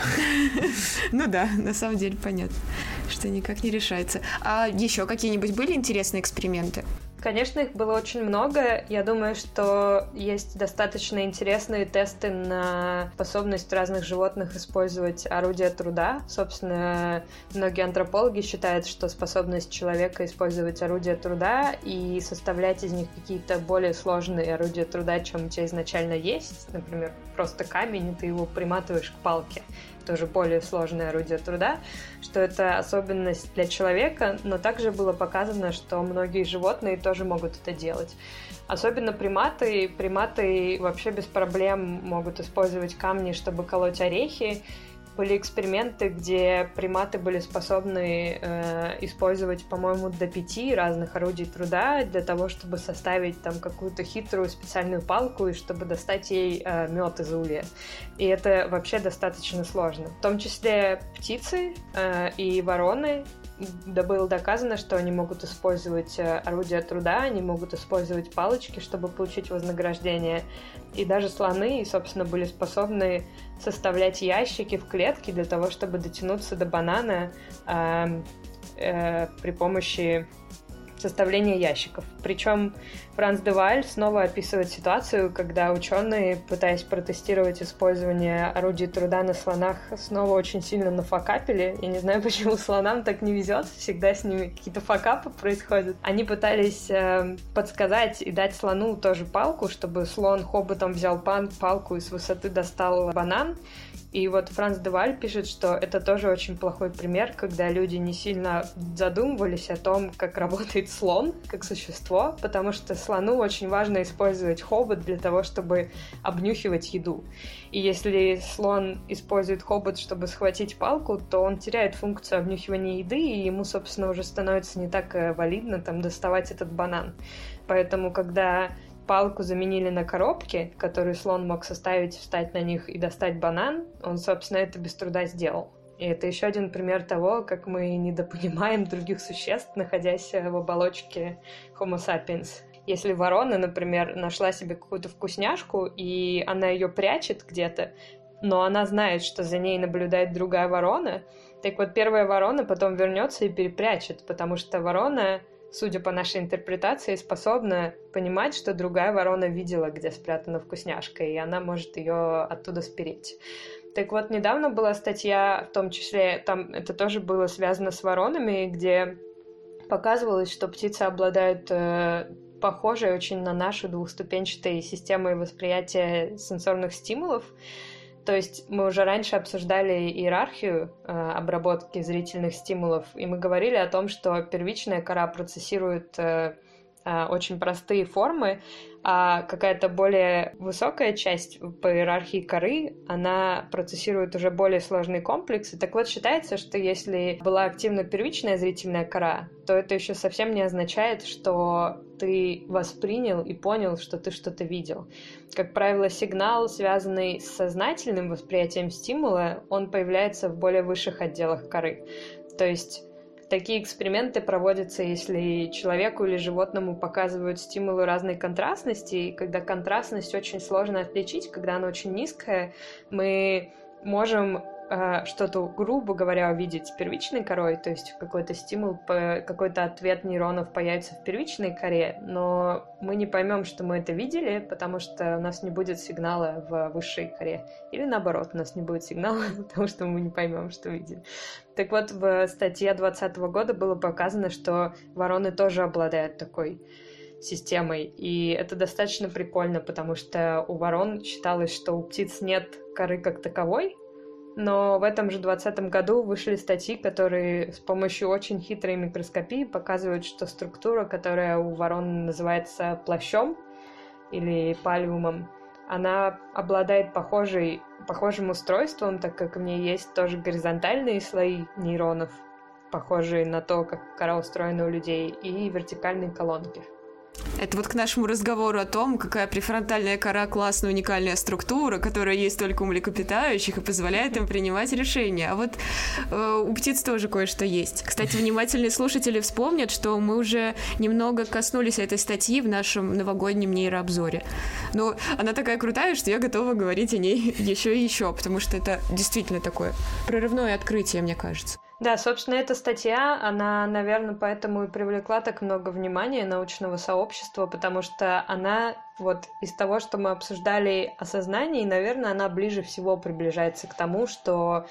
Ну да, на самом деле понятно, что никак не решается. А еще какие-нибудь были интересные эксперименты? Конечно, их было очень много. Я думаю, что есть достаточно интересные тесты на способность разных животных использовать орудия труда. Собственно, многие антропологи считают, что способность человека использовать орудия труда и составлять из них какие-то более сложные орудия труда, чем у тебя изначально есть. Например, просто камень, и ты его приматываешь к палке. Тоже более сложное орудие труда, что это особенность для человека, но также было показано, что многие животные тоже могут это делать. Особенно приматы. Приматы вообще без проблем могут использовать камни, чтобы колоть орехи. Были эксперименты, где приматы были способны использовать, по-моему, до 5 разных орудий труда для того, чтобы составить там какую-то хитрую специальную палку и чтобы достать ей мед из улья. И это вообще достаточно сложно. В том числе птицы и вороны. Да, было доказано, что они могут использовать орудия труда, они могут использовать палочки, чтобы получить вознаграждение. И даже слоны, собственно, были способны составлять ящики в клетке для того, чтобы дотянуться до банана при помощи составления ящиков. Причем Франц де Вааль снова описывает ситуацию, когда ученые, пытаясь протестировать использование орудий труда на слонах, снова очень сильно нафакапили. Я не знаю, почему слонам так не везет, всегда с ними какие-то факапы происходят. Они пытались подсказать и дать слону тоже палку, чтобы слон хоботом взял палку и с высоты достал банан. И вот Франц де Вааль пишет, что это тоже очень плохой пример, когда люди не сильно задумывались о том, как работает слон как существо, потому что слону очень важно использовать хобот для того, чтобы обнюхивать еду. И если слон использует хобот, чтобы схватить палку, то он теряет функцию обнюхивания еды, и ему, собственно, уже становится не так валидно там доставать этот банан. Поэтому, когда палку заменили на коробки, которые слон мог составить, встать на них и достать банан, он, собственно, это без труда сделал. И это еще один пример того, как мы недопонимаем других существ, находясь в оболочке Homo sapiens. Если ворона, например, нашла себе какую-то вкусняшку, и она ее прячет где-то, но она знает, что за ней наблюдает другая ворона, так вот первая ворона потом вернется и перепрячет, потому что ворона, судя по нашей интерпретации, способна понимать, что другая ворона видела, где спрятана вкусняшка, и она может ее оттуда спереть. Так вот, недавно была статья, в том числе, там это тоже было связано с воронами, где показывалось, что птицы обладают похожей очень на нашу двухступенчатой системой восприятия сенсорных стимулов. То есть мы уже раньше обсуждали иерархию обработки зрительных стимулов, и мы говорили о том, что первичная кора процессирует очень простые формы, а какая-то более высокая часть по иерархии коры, она процессирует уже более сложные комплексы. Так вот, считается, что если была активна первичная зрительная кора, то это еще совсем не означает, что ты воспринял и понял, что ты что-то видел. Как правило, сигнал, связанный с сознательным восприятием стимула, он появляется в более высших отделах коры. То есть такие эксперименты проводятся, если человеку или животному показывают стимулы разной контрастности, и когда контрастность очень сложно отличить, когда она очень низкая, мы можем что-то, грубо говоря, увидеть с первичной корой, то есть какой-то стимул, какой-то ответ нейронов появится в первичной коре, но мы не поймем, что мы это видели, потому что у нас не будет сигнала в высшей коре. Или наоборот, у нас не будет сигнала, потому что мы не поймем, что видели. Так вот, в статье 2020 года было показано, что вороны тоже обладают такой системой, и это достаточно прикольно, потому что у ворон считалось, что у птиц нет коры как таковой, но в этом же 2020 году вышли статьи, которые с помощью очень хитрой микроскопии показывают, что структура, которая у ворон называется плащом или паллиумом, она обладает похожим устройством, так как в ней есть тоже горизонтальные слои нейронов, похожие на то, как кора устроена у людей, и вертикальные колонки. Это вот к нашему разговору о том, какая префронтальная кора классная, уникальная структура, которая есть только у млекопитающих и позволяет им принимать решения. А вот у птиц тоже кое-что есть. Кстати, внимательные слушатели вспомнят, что мы уже немного коснулись этой статьи в нашем новогоднем нейрообзоре. Но она такая крутая, что я готова говорить о ней еще и еще, потому что это действительно такое прорывное открытие, мне кажется. Да, собственно, эта статья, она, наверное, поэтому и привлекла так много внимания научного сообщества, потому что она вот из того, что мы обсуждали о сознании, наверное, она ближе всего приближается к тому, что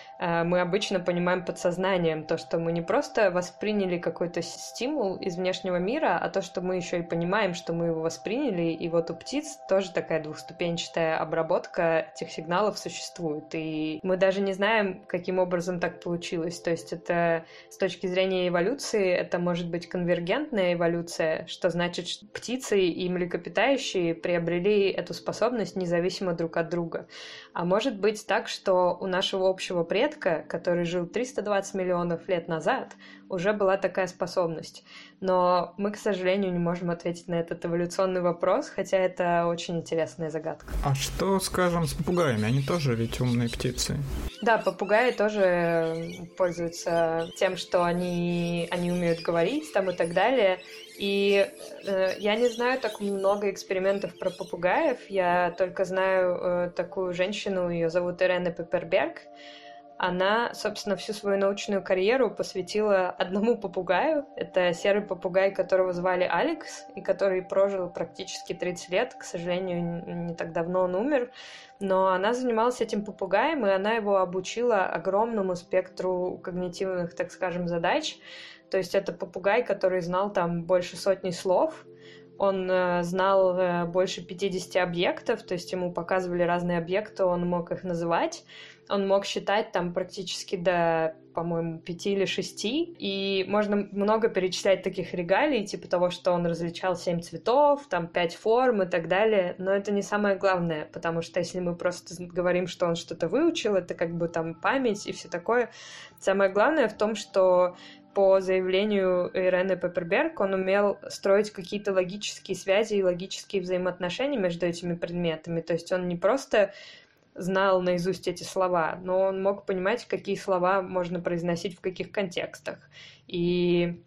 мы обычно понимаем под сознанием, то, что мы не просто восприняли какой-то стимул из внешнего мира, а то, что мы еще и понимаем, что мы его восприняли, и вот у птиц тоже такая двухступенчатая обработка этих сигналов существует, и мы даже не знаем, каким образом так получилось, то есть это с точки зрения эволюции, это может быть конвергентная эволюция, что значит, что птицы и млекопитающие приобрели эту способность независимо друг от друга. А может быть так, что у нашего общего предка, который жил 320 миллионов лет назад, уже была такая способность. Но мы, к сожалению, не можем ответить на этот эволюционный вопрос, хотя это очень интересная загадка. А что, скажем, с попугаями? Они тоже ведь умные птицы. Да, попугаи тоже пользуются тем, что они умеют говорить там и так далее. И я не знаю так много экспериментов про попугаев, я только знаю такую женщину, ее зовут Ирене Пепперберг. Она, собственно, всю свою научную карьеру посвятила одному попугаю. Это серый попугай, которого звали Алекс, и который прожил практически 30 лет. К сожалению, не так давно он умер. Но она занималась этим попугаем, и она его обучила огромному спектру когнитивных, так скажем, задач. То есть это попугай, который знал там больше 100 слов. Он знал больше 50 объектов, то есть ему показывали разные объекты, он мог их называть. Он мог считать там практически до, по-моему, 5 или 6. И можно много перечислять таких регалий, типа того, что он различал 7 цветов, там 5 форм и так далее. Но это не самое главное, потому что если мы просто говорим, что он что-то выучил, это как бы там память и все такое. Самое главное в том, что по заявлению Ирены Пепперберг, он умел строить какие-то логические связи и логические взаимоотношения между этими предметами. То есть он не просто знал наизусть эти слова, но он мог понимать, какие слова можно произносить в каких контекстах. И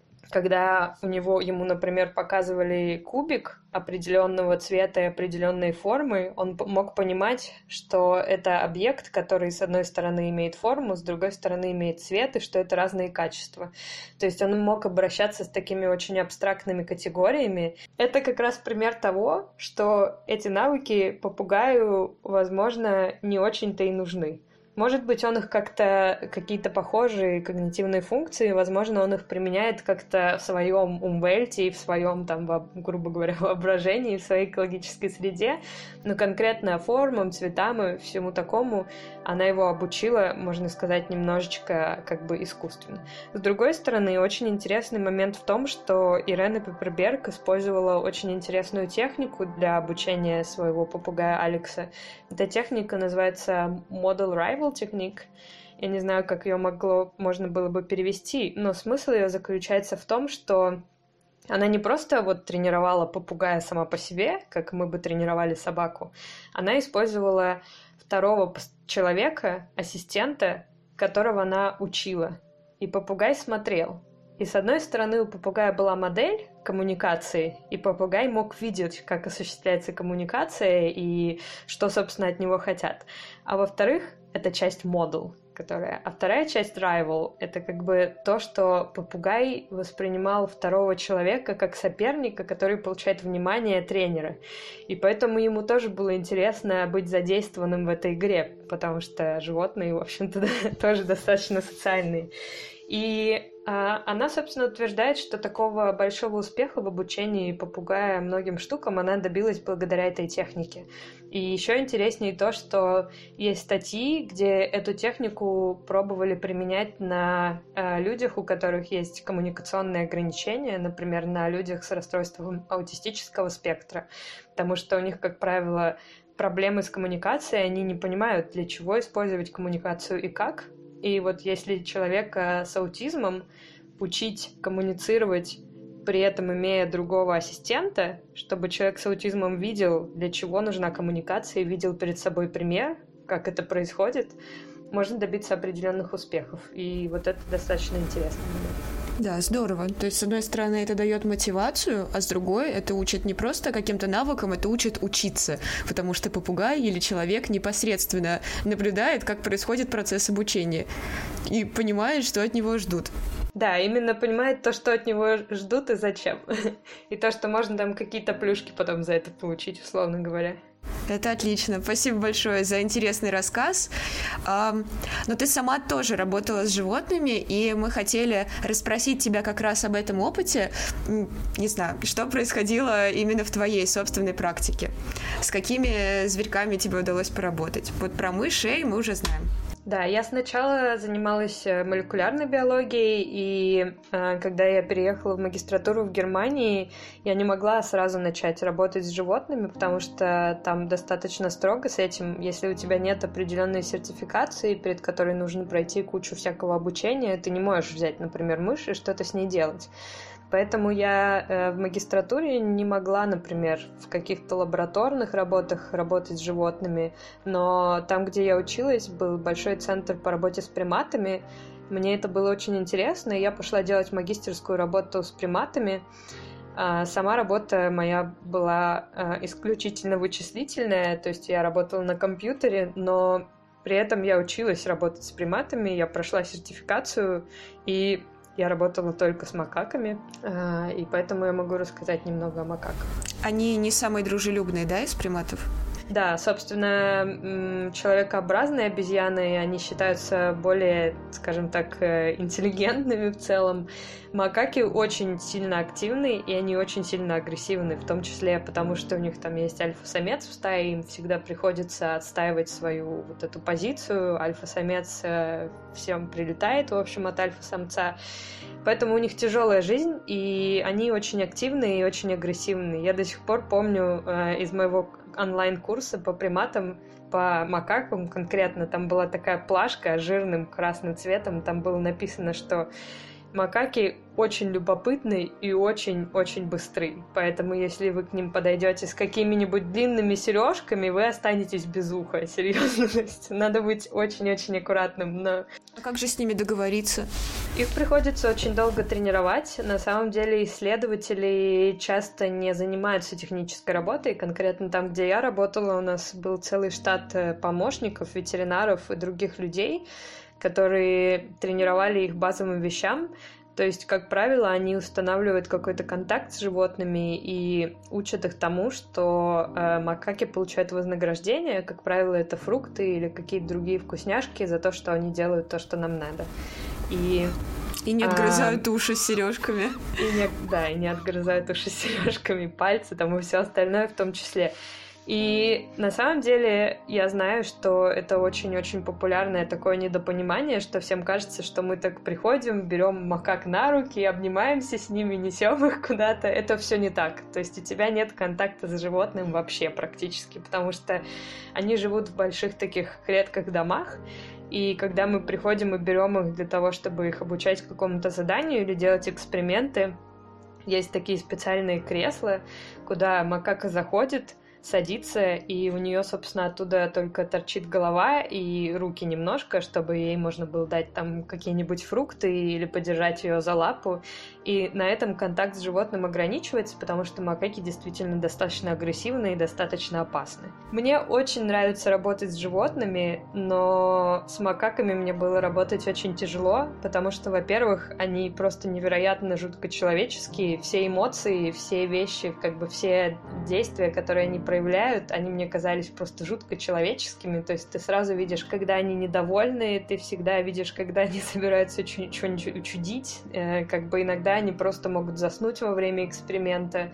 когда ему, например, показывали кубик определенного цвета и определенной формы, он мог понимать, что это объект, который с одной стороны имеет форму, с другой стороны имеет цвет, и что это разные качества. То есть он мог обращаться с такими очень абстрактными категориями. Это как раз пример того, что эти навыки попугаю, возможно, не очень-то и нужны. Может быть, он их как-то, какие-то похожие когнитивные функции, возможно, он их применяет как-то в своем умвельте и в своем, там, грубо говоря, воображении, в своей экологической среде, но конкретно формам, цветам и всему такому она его обучила, можно сказать, немножечко как бы искусственно. С другой стороны, очень интересный момент в том, что Ирена Пепперберг использовала очень интересную технику для обучения своего попугая Алекса. Эта техника называется Model Rival Technique. Я не знаю, как ее можно было бы перевести, но смысл ее заключается в том, что она не просто вот тренировала попугая сама по себе, как мы бы тренировали собаку, она использовала второго человека, ассистента, которого она учила. И попугай смотрел. И с одной стороны у попугая была модель коммуникации, и попугай мог видеть, как осуществляется коммуникация и что, собственно, от него хотят. А во-вторых, это часть model, а вторая часть rival — это как бы то, что попугай воспринимал второго человека как соперника, который получает внимание тренера. И поэтому ему тоже было интересно быть задействованным в этой игре, потому что животные, в общем-то, тоже достаточно социальные. И она, собственно, утверждает, что такого большого успеха в обучении попугая многим штукам она добилась благодаря этой технике. И еще интереснее то, что есть статьи, где эту технику пробовали применять на людях, у которых есть коммуникационные ограничения, например, на людях с расстройством аутистического спектра, потому что у них, как правило, проблемы с коммуникацией, они не понимают, для чего использовать коммуникацию и как. И вот если человека с аутизмом учить коммуницировать, при этом имея другого ассистента, чтобы человек с аутизмом видел, для чего нужна коммуникация, и видел перед собой пример, как это происходит, можно добиться определенных успехов. И вот это достаточно интересно. Да, здорово. То есть, с одной стороны, это дает мотивацию, а с другой, это учит не просто каким-то навыкам, это учит учиться, потому что попугай или человек непосредственно наблюдает, как происходит процесс обучения, и понимает, что от него ждут. Да, именно понимает то, что от него ждут и зачем. И то, что можно там какие-то плюшки потом за это получить, условно говоря. Это отлично. Спасибо большое за интересный рассказ. Но ты сама тоже работала с животными, и мы хотели расспросить тебя как раз об этом опыте. Не знаю, что происходило именно в твоей собственной практике? С какими зверьками тебе удалось поработать? Вот про мышей мы уже знаем. Да, я сначала занималась молекулярной биологией, и когда я переехала в магистратуру в Германии, я не могла сразу начать работать с животными, потому что там достаточно строго с этим. Если у тебя нет определенной сертификации, перед которой нужно пройти кучу всякого обучения, ты не можешь взять, например, мышь и что-то с ней делать. Поэтому я в магистратуре не могла, например, в каких-то лабораторных работах работать с животными, но там, где я училась, был большой центр по работе с приматами. Мне это было очень интересно, и я пошла делать магистерскую работу с приматами. Сама работа моя была исключительно вычислительная, то есть я работала на компьютере, но при этом я училась работать с приматами, я прошла сертификацию, и я работала только с макаками, и поэтому я могу рассказать немного о макаках. Они не самые дружелюбные, да, из приматов? Да, собственно, человекообразные обезьяны, они считаются более, скажем так, интеллигентными в целом. Макаки очень сильно активны, и они очень сильно агрессивны, в том числе потому, что у них там есть альфа-самец в стае, им всегда приходится отстаивать свою вот эту позицию. Альфа-самец всем прилетает, в общем, от альфа-самца. Поэтому у них тяжелая жизнь, и они очень активны и очень агрессивны. Я до сих пор помню из моего онлайн-курса по приматам, по макакам конкретно, там была такая плашка жирным красным цветом, там было написано, что макаки очень любопытны и очень-очень быстры. Поэтому, если вы к ним подойдете с какими-нибудь длинными сережками, вы останетесь без уха. Серьезно. Надо быть очень-очень аккуратным. Но... А как же с ними договориться? Их приходится очень долго тренировать. На самом деле исследователи часто не занимаются технической работой. Конкретно там, где я работала, у нас был целый штат помощников, ветеринаров и других людей, которые тренировали их базовым вещам. То есть, как правило, они устанавливают какой-то контакт с животными и учат их тому, что макаки получают вознаграждение. Как правило, это фрукты или какие-то другие вкусняшки за то, что они делают то, что нам надо. И не отгрызают уши с сережками. И не отгрызают уши с сережками, пальцы там и все остальное в том числе. И на самом деле я знаю, что это очень-очень популярное такое недопонимание, что всем кажется, что мы так приходим, берем макак на руки, обнимаемся с ними, несем их куда-то. Это все не так. То есть у тебя нет контакта с животным вообще практически, потому что они живут в больших таких клетках домах, и когда мы приходим и берем их для того, чтобы их обучать какому-то заданию или делать эксперименты, есть такие специальные кресла, куда макака заходит, садится, и у нее, собственно, оттуда только торчит голова и руки немножко, чтобы ей можно было дать там какие-нибудь фрукты или подержать ее за лапу. И на этом контакт с животным ограничивается, потому что макаки действительно достаточно агрессивны и достаточно опасны. Мне очень нравится работать с животными, но с макаками мне было работать очень тяжело, потому что, во-первых, они просто невероятно жутко человеческие, все эмоции, все вещи, как бы все действия, которые они проявляют, они мне казались просто жутко человеческими, то есть ты сразу видишь, когда они недовольны, ты всегда видишь, когда они собираются что-нибудь учудить, как бы иногда они просто могут заснуть во время эксперимента,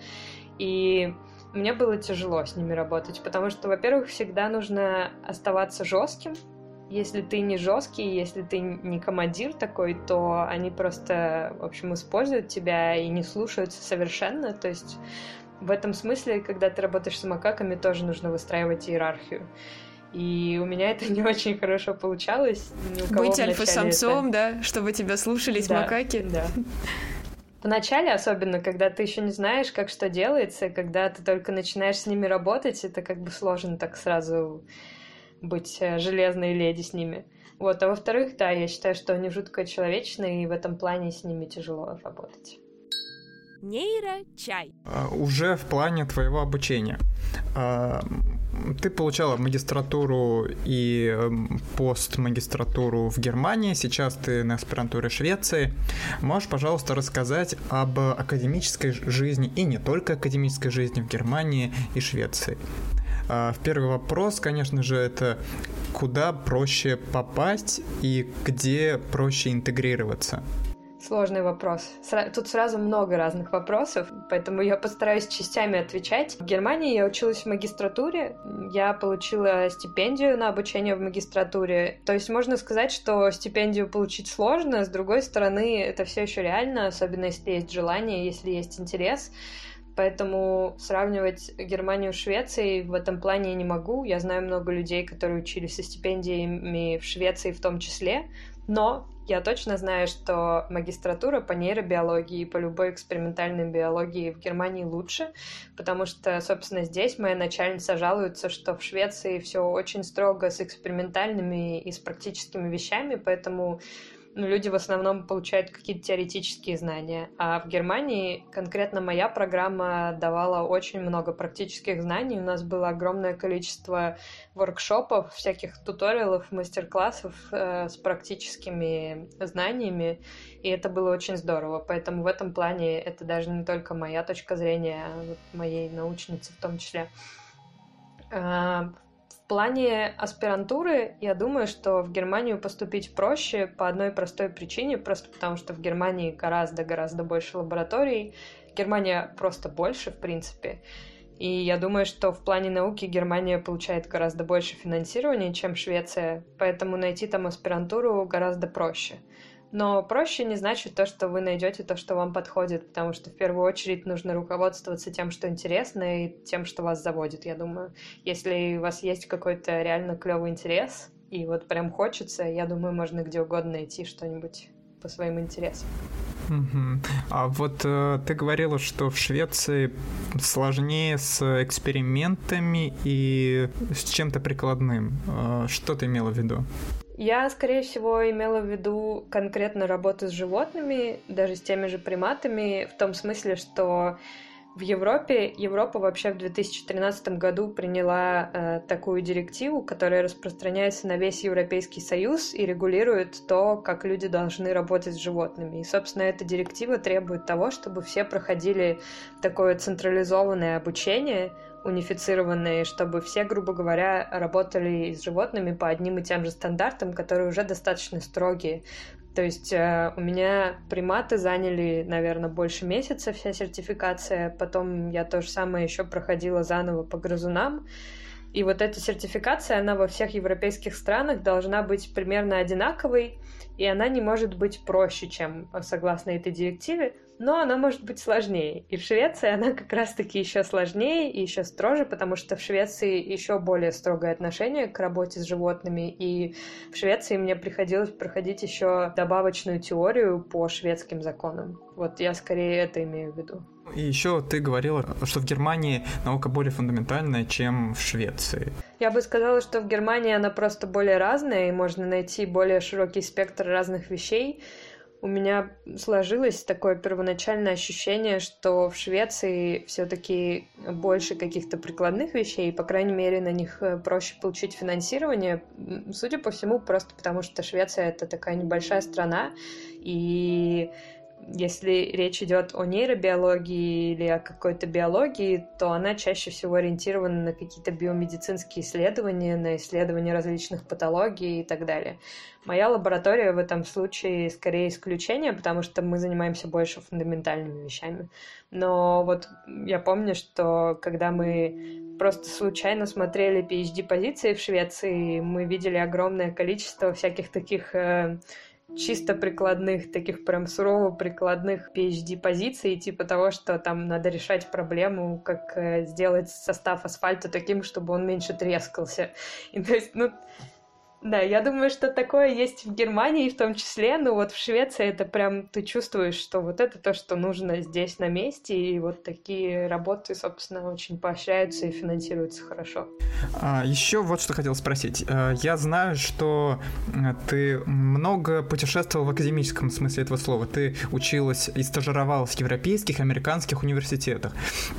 и мне было тяжело с ними работать, потому что, во-первых, всегда нужно оставаться жестким. Если ты не жесткий, если ты не командир такой, то они просто, в общем, используют тебя и не слушаются совершенно, то есть в этом смысле, когда ты работаешь с макаками, тоже нужно выстраивать иерархию. И у меня это не очень хорошо получалось. Быть альфа-самцом, да, чтобы тебя слушались макаки. Да. Вначале, особенно, когда ты еще не знаешь, как что делается, когда ты только начинаешь с ними работать, это как бы сложно так сразу быть железной леди с ними. Вот. А во-вторых, да, я считаю, что они жутко человечные, и в этом плане с ними тяжело работать. Нейрочай. Уже в плане твоего обучения. Ты получала магистратуру и постмагистратуру в Германии, сейчас ты на аспирантуре Швеции. Можешь, пожалуйста, рассказать об академической жизни и не только академической жизни в Германии и Швеции? Первый вопрос, конечно же, это куда проще попасть и где проще интегрироваться? Сложный вопрос. Тут сразу много разных вопросов, поэтому я постараюсь частями отвечать. В Германии я училась в магистратуре, я получила стипендию на обучение в магистратуре. То есть можно сказать, что стипендию получить сложно, с другой стороны, это все еще реально, особенно если есть желание, если есть интерес. Поэтому сравнивать Германию с Швецией в этом плане я не могу. Я знаю много людей, которые учились со стипендиями в Швеции в том числе, но я точно знаю, что магистратура по нейробиологии и по любой экспериментальной биологии в Германии лучше, потому что, собственно, здесь моя начальница жалуется, что в Швеции все очень строго с экспериментальными и с практическими вещами, поэтому люди в основном получают какие-то теоретические знания. А в Германии конкретно моя программа давала очень много практических знаний. У нас было огромное количество воркшопов, всяких туториалов, мастер-классов с практическими знаниями, и это было очень здорово. Поэтому в этом плане это даже не только моя точка зрения, а вот моей научницы в том числе. В плане аспирантуры, я думаю, что в Германию поступить проще по одной простой причине, просто потому что в Германии гораздо больше лабораторий, Германия просто больше, в принципе, и я думаю, что в плане науки Германия получает гораздо больше финансирования, чем Швеция, поэтому найти там аспирантуру гораздо проще. Но проще не значит то, что вы найдете то, что вам подходит, потому что в первую очередь нужно руководствоваться тем, что интересно, и тем, что вас заводит, я думаю. Если у вас есть какой-то реально клевый интерес, и вот прям хочется, я думаю, можно где угодно найти что-нибудь по своим интересам. А вот ты говорила, что в Швеции сложнее с экспериментами и с чем-то прикладным. Что ты имела в виду? Я, скорее всего, имела в виду конкретно работу с животными, даже с теми же приматами, в том смысле, что Европа вообще в 2013 году приняла такую директиву, которая распространяется на весь Европейский Союз и регулирует то, как люди должны работать с животными. И, собственно, эта директива требует того, чтобы все проходили такое централизованное обучение, унифицированные, чтобы все, грубо говоря, работали с животными по одним и тем же стандартам, которые уже достаточно строгие. То есть у меня приматы заняли, наверное, больше месяца вся сертификация, потом я то же самое еще проходила заново по грызунам, и вот эта сертификация, она во всех европейских странах должна быть примерно одинаковой, и она не может быть проще, чем согласно этой директиве, но она может быть сложнее. И в Швеции она как раз-таки еще сложнее и еще строже, потому что в Швеции еще более строгое отношение к работе с животными, и в Швеции мне приходилось проходить еще добавочную теорию по шведским законам. Вот я скорее это имею в виду. И еще ты говорила, что в Германии наука более фундаментальная, чем в Швеции. Я бы сказала, что в Германии она просто более разная, и можно найти более широкий спектр разных вещей. У меня сложилось такое первоначальное ощущение, что в Швеции все-таки больше каких-то прикладных вещей, и, по крайней мере, на них проще получить финансирование. Судя по всему, просто потому что Швеция — это такая небольшая страна, и если речь идет о нейробиологии или о какой-то биологии, то она чаще всего ориентирована на какие-то биомедицинские исследования, на исследования различных патологий и так далее. Моя лаборатория в этом случае скорее исключение, потому что мы занимаемся больше фундаментальными вещами. Но вот я помню, что когда мы просто случайно смотрели PhD-позиции в Швеции, мы видели огромное количество всяких таких чисто прикладных, таких прям сурово прикладных PhD-позиций, типа того, что там надо решать проблему, как сделать состав асфальта таким, чтобы он меньше трескался. И то есть, да, я думаю, что такое есть в Германии в том числе, но вот в Швеции это прям ты чувствуешь, что вот это то, что нужно здесь на месте, и вот такие работы, собственно, очень поощряются и финансируются хорошо. Еще вот что хотел спросить. Я знаю, что ты много путешествовал в академическом смысле этого слова. Ты училась и стажировалась в европейских, американских университетах.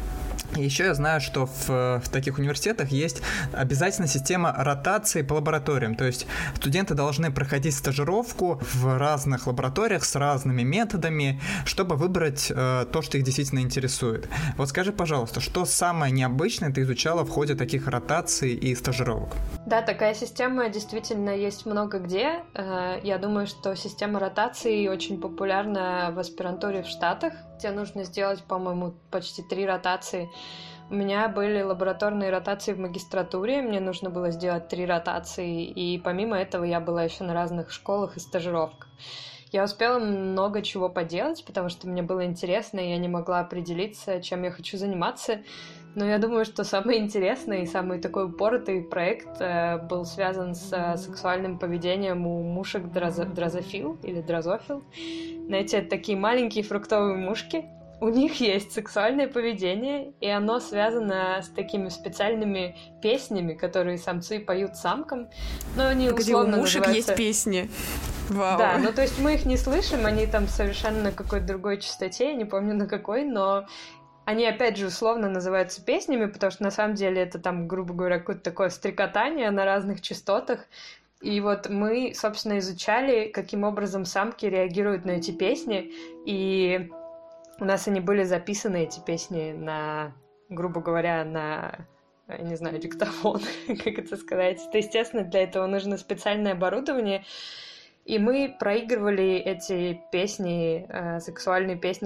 И еще я знаю, что в таких университетах есть обязательно система ротации по лабораториям. То есть студенты должны проходить стажировку в разных лабораториях с разными методами, чтобы выбрать то, что их действительно интересует. Вот скажи, пожалуйста, что самое необычное ты изучала в ходе таких ротаций и стажировок? Да, такая система действительно есть много где. Я думаю, что система ротации очень популярна в аспирантуре в Штатах, где нужно сделать, по-моему, почти 3 ротации. У меня были лабораторные ротации в магистратуре, мне нужно было сделать 3 ротации, и помимо этого я была еще на разных школах и стажировках. Я успела много чего поделать, потому что мне было интересно, и я не могла определиться, чем я хочу заниматься. Но я думаю, что самый интересный и самый такой упоротый проект был связан с сексуальным поведением у мушек дрозофил или дрозофил. Знаете, это такие маленькие фруктовые мушки. У них есть сексуальное поведение, и оно связано с такими специальными песнями, которые самцы поют самкам. Но они условно у мушек называются... есть песни. Вау. Да, ну то есть мы их не слышим, они там совершенно на какой-то другой частоте, я не помню на какой, но они, опять же, условно называются песнями, потому что на самом деле это там, грубо говоря, какое-то такое стрекотание на разных частотах. И вот мы, собственно, изучали, каким образом самки реагируют на эти песни, и у нас они были записаны, эти песни, на, грубо говоря, на, я не знаю, диктофон, как это сказать. То, естественно, для этого нужно специальное оборудование. И мы проигрывали эти песни, сексуальные песни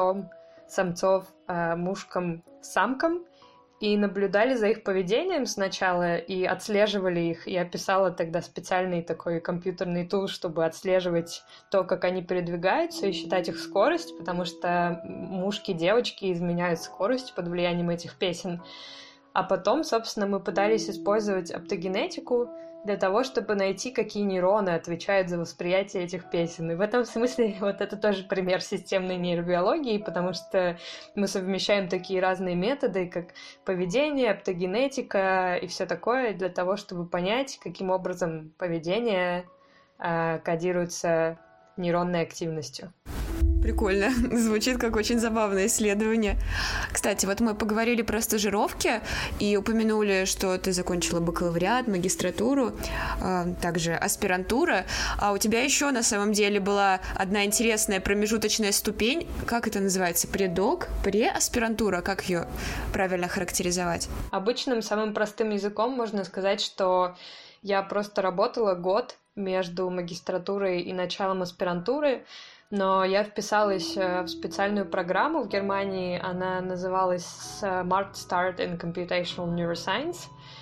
самцов мушкам, самкам, и наблюдали за их поведением сначала, и отслеживали их. Я писала тогда специальный такой компьютерный тул, чтобы отслеживать то, как они передвигаются, и считать их скорость, потому что мушки-девочки изменяют скорость под влиянием этих песен. А потом, собственно, мы пытались использовать оптогенетику для того, чтобы найти, какие нейроны отвечают за восприятие этих песен. И в этом смысле вот это тоже пример системной нейробиологии, потому что мы совмещаем такие разные методы, как поведение, оптогенетика и все такое, для того, чтобы понять, каким образом поведение кодируется нейронной активностью. Прикольно. Звучит как очень забавное исследование. Кстати, вот мы поговорили про стажировки и упомянули, что ты закончила бакалавриат, магистратуру, также аспирантура. А у тебя еще на самом деле была одна интересная промежуточная ступень. Как это называется? Предок? Преаспирантура? Как ее правильно характеризовать? Обычным, самым простым языком можно сказать, что я просто работала год между магистратурой и началом аспирантуры, но я вписалась в специальную программу в Германии, она называлась Smart Start in Computational Neuroscience.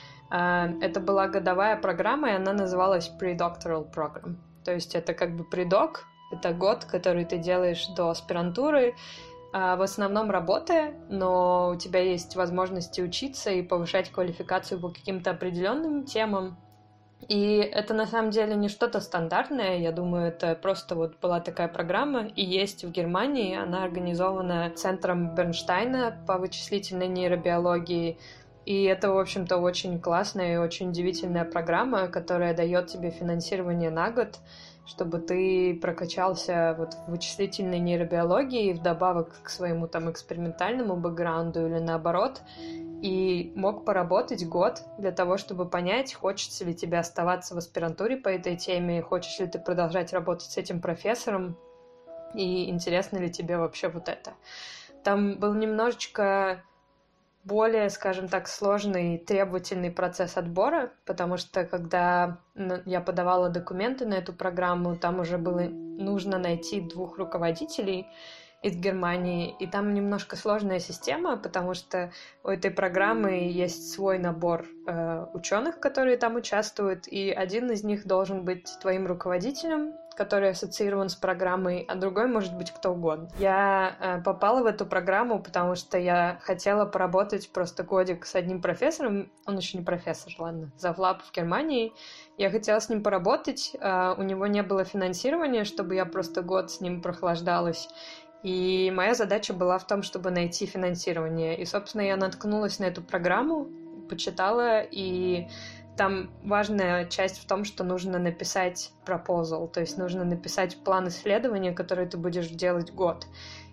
Это была годовая программа, и она называлась Pre-Doctoral Program. То есть это как бы предок, это год, который ты делаешь до аспирантуры, в основном работая, но у тебя есть возможности учиться и повышать квалификацию по каким-то определенным темам. И это на самом деле не что-то стандартное, я думаю, это просто вот была такая программа, и есть в Германии, она организована центром Бернштейна по вычислительной нейробиологии, и это, в общем-то, очень классная и очень удивительная программа, которая дает тебе финансирование на год, чтобы ты прокачался вот в вычислительной нейробиологии вдобавок к своему там экспериментальному бэкграунду или наоборот, и мог поработать год для того, чтобы понять, хочется ли тебе оставаться в аспирантуре по этой теме, хочешь ли ты продолжать работать с этим профессором, и интересно ли тебе вообще вот это. Там был немножечко более, скажем так, сложный, требовательный процесс отбора, потому что когда я подавала документы на эту программу, там уже было нужно найти 2 руководителей из Германии, и там немножко сложная система, потому что у этой программы есть свой набор ученых, которые там участвуют, и один из них должен быть твоим руководителем, который ассоциирован с программой, а другой может быть кто угодно. Я попала в эту программу, потому что я хотела поработать просто годик с одним профессором, он еще не профессор, ладно, завлаб в Германии. Я хотела с ним поработать, у него не было финансирования, чтобы я просто год с ним прохлаждалась. И моя задача была в том, чтобы найти финансирование. И, собственно, я наткнулась на эту программу, почитала, и там важная часть в том, что нужно написать proposal, то есть нужно написать план исследования, который ты будешь делать год.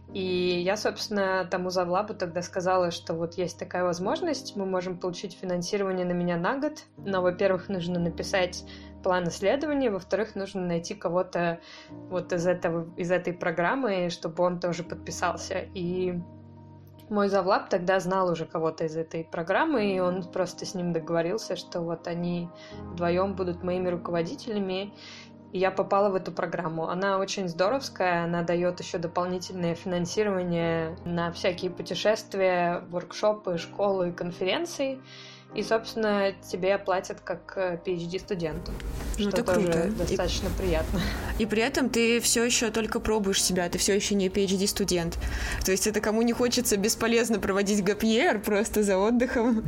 И я, собственно, тому завлабу тогда сказала, что вот есть такая возможность, мы можем получить финансирование на меня на год, но, во-первых, нужно написать план исследования, во-вторых, нужно найти кого-то вот из этой программы, чтобы он тоже подписался. И мой завлаб тогда знал уже кого-то из этой программы, и он просто с ним договорился, что вот они вдвоем будут моими руководителями, и я попала в эту программу. Она очень здоровская, она дает еще дополнительное финансирование на всякие путешествия, воркшопы, школы, конференции. И, собственно, тебе платят как PhD-студенту, что это тоже круто. достаточно приятно. И при этом ты все еще только пробуешь себя, ты все еще не PhD-студент. То есть это кому не хочется бесполезно проводить gap-year просто за отдыхом.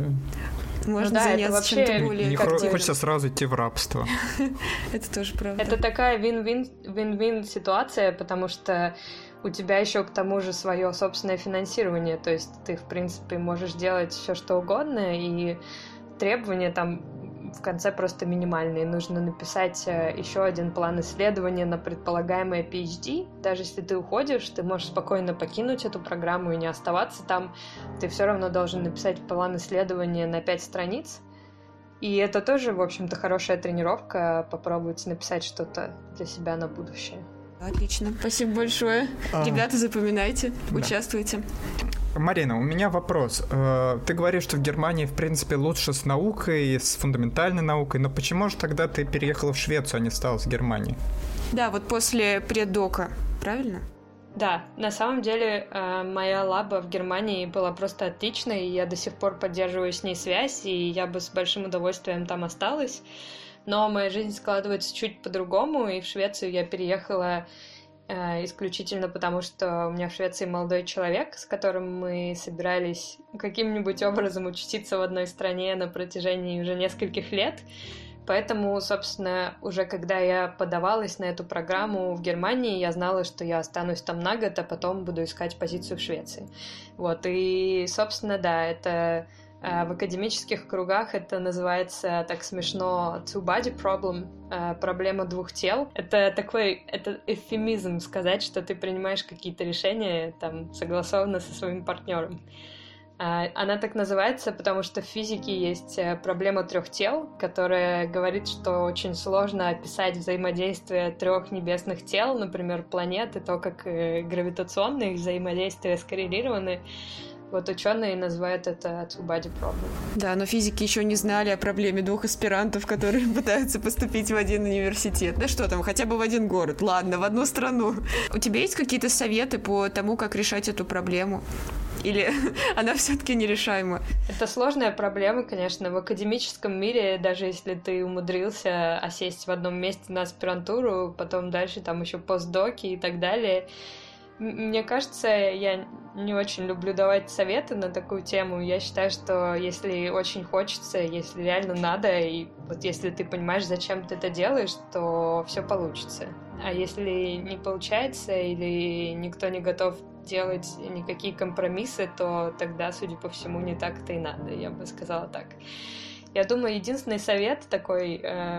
Да. Можно заняться чем-то более... Не хочется сразу идти в рабство. Это тоже правда. Это такая win-win ситуация, потому что у тебя еще к тому же свое собственное финансирование, то есть ты, в принципе, можешь делать все что угодно, и требования там в конце просто минимальные. Нужно написать еще один план исследования на предполагаемое PhD. Даже если ты уходишь, ты можешь спокойно покинуть эту программу и не оставаться там. Ты все равно должен написать план исследования на 5 страниц. И это тоже, в общем-то, хорошая тренировка, попробовать написать что-то для себя на будущее. Отлично, спасибо большое. Ребята, запоминайте, Да. Участвуйте. Марина, у меня вопрос. Ты говоришь, что в Германии, в принципе, лучше с наукой, с фундаментальной наукой, но почему же тогда ты переехала в Швецию, а не стала в Германии? Да, вот после преддока, правильно? Да, на самом деле моя лаба в Германии была просто отличной, и я до сих пор поддерживаю с ней связь, и я бы с большим удовольствием там осталась. Но моя жизнь складывается чуть по-другому, и в Швецию я переехала исключительно потому, что у меня в Швеции молодой человек, с которым мы собирались каким-нибудь образом учиться в одной стране на протяжении уже нескольких лет. Поэтому, собственно, уже когда я подавалась на эту программу в Германии, я знала, что я останусь там на год, а потом буду искать позицию в Швеции. Вот, и, собственно, да, это В академических кругах это называется так смешно two-body problem, проблема двух тел. Это эвфемизм сказать, что ты принимаешь какие-то решения там согласованно со своим партнером. Она так называется, потому что в физике есть проблема трех тел, которая говорит, что очень сложно описать взаимодействие трех небесных тел, например, планет, и то, как гравитационные взаимодействия скоррелированы. Вот ученые называют это two-body problem. Да, но физики еще не знали о проблеме двух аспирантов, которые пытаются поступить в один университет. Да что там, хотя бы в один город. Ладно, в одну страну. У тебя есть какие-то советы по тому, как решать эту проблему? Или она все-таки нерешаема? Это сложная проблема, конечно. В академическом мире, даже если ты умудрился осесть в одном месте на аспирантуру, потом дальше там еще постдоки и так далее, мне кажется, я не очень люблю давать советы на такую тему. Я считаю, что если очень хочется, если реально надо, и вот если ты понимаешь, зачем ты это делаешь, то все получится. А если не получается или никто не готов делать никакие компромиссы, то тогда, судя по всему, не так-то и надо, я бы сказала так. Я думаю, единственный совет такой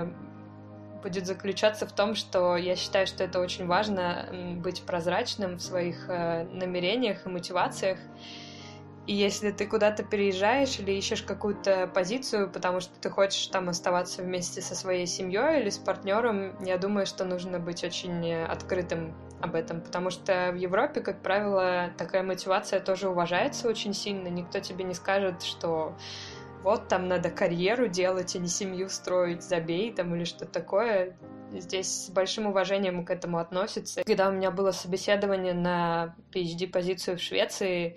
будет заключаться в том, что я считаю, что это очень важно быть прозрачным в своих намерениях и мотивациях. И если ты куда-то переезжаешь или ищешь какую-то позицию, потому что ты хочешь там оставаться вместе со своей семьей или с партнером, я думаю, что нужно быть очень открытым об этом, потому что в Европе, как правило, такая мотивация тоже уважается очень сильно. Никто тебе не скажет, что вот там надо карьеру делать, а не семью строить, забей там или что-то такое. Здесь с большим уважением к этому относятся. Когда у меня было собеседование на PhD-позицию в Швеции,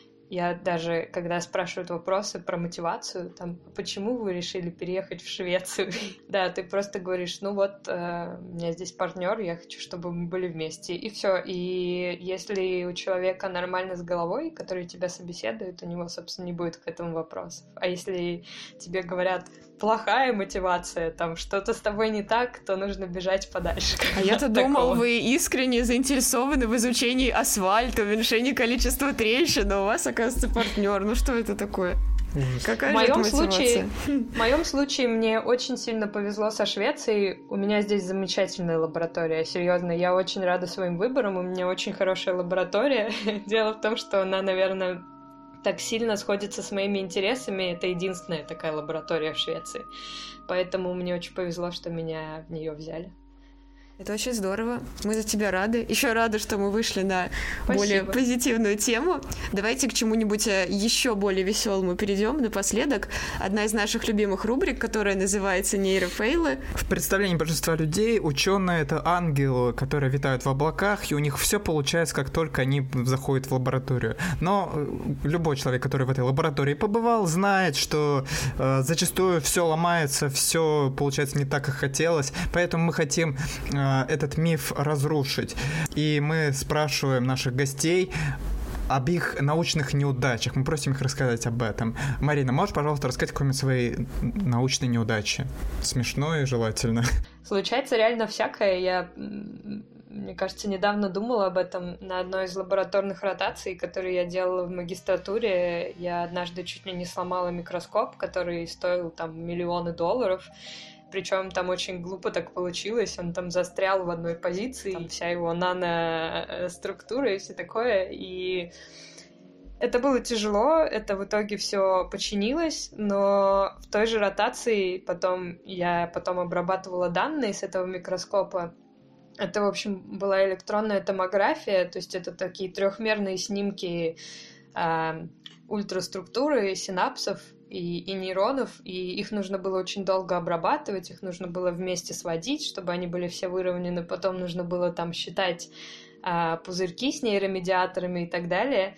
я даже, когда спрашивают вопросы про мотивацию, там, почему вы решили переехать в Швецию? Да, ты просто говоришь, ну вот, у меня здесь партнер, я хочу, чтобы мы были вместе, и все. И если у человека нормально с головой, который тебя собеседует, у него, собственно, не будет к этому вопросов. А если тебе говорят, плохая мотивация, там, что-то с тобой не так, то нужно бежать подальше. А я-то думал, вы искренне заинтересованы в изучении асфальта, уменьшении количества трещин, а у вас, оказывается, партнер. Ну что это такое? Какая же это мотивация? В моем случае мне очень сильно повезло со Швецией. У меня здесь замечательная лаборатория, серьезно. Я очень рада своим выборам, у меня очень хорошая лаборатория. Дело в том, что она, наверное, так сильно сходится с моими интересами. Это единственная такая лаборатория в Швеции. Поэтому мне очень повезло, что меня в нее взяли. Это очень здорово. Мы за тебя рады. Еще рады, что мы вышли на более позитивную тему. Давайте к чему-нибудь еще более веселому перейдем напоследок. Одна из наших любимых рубрик, которая называется «Нейрофейлы». В представлении большинства людей ученые — это ангелы, которые витают в облаках, и у них все получается, как только они заходят в лабораторию. Но любой человек, который в этой лаборатории побывал, знает, что зачастую все ломается, все получается не так, как хотелось. Поэтому мы хотим этот миф разрушить. И мы спрашиваем наших гостей об их научных неудачах. Мы просим их рассказать об этом. Марина, можешь, пожалуйста, рассказать какую-нибудь своей научной неудачи? Смешное желательно. Случается реально всякое. Мне кажется, недавно думала об этом на одной из лабораторных ротаций, которые я делала в магистратуре. Я однажды чуть ли не сломала микроскоп, который стоил там миллионы долларов. Причем там очень глупо так получилось, он там застрял в одной позиции, там вся его наноструктура и все такое, и это было тяжело, это в итоге все починилось, но в той же ротации я обрабатывала данные с этого микроскопа. Это, в общем, была электронная томография, то есть это такие трехмерные снимки ультраструктуры синапсов и нейронов, и их нужно было очень долго обрабатывать, их нужно было вместе сводить, чтобы они были все выровнены, потом нужно было там считать пузырьки с нейромедиаторами и так далее.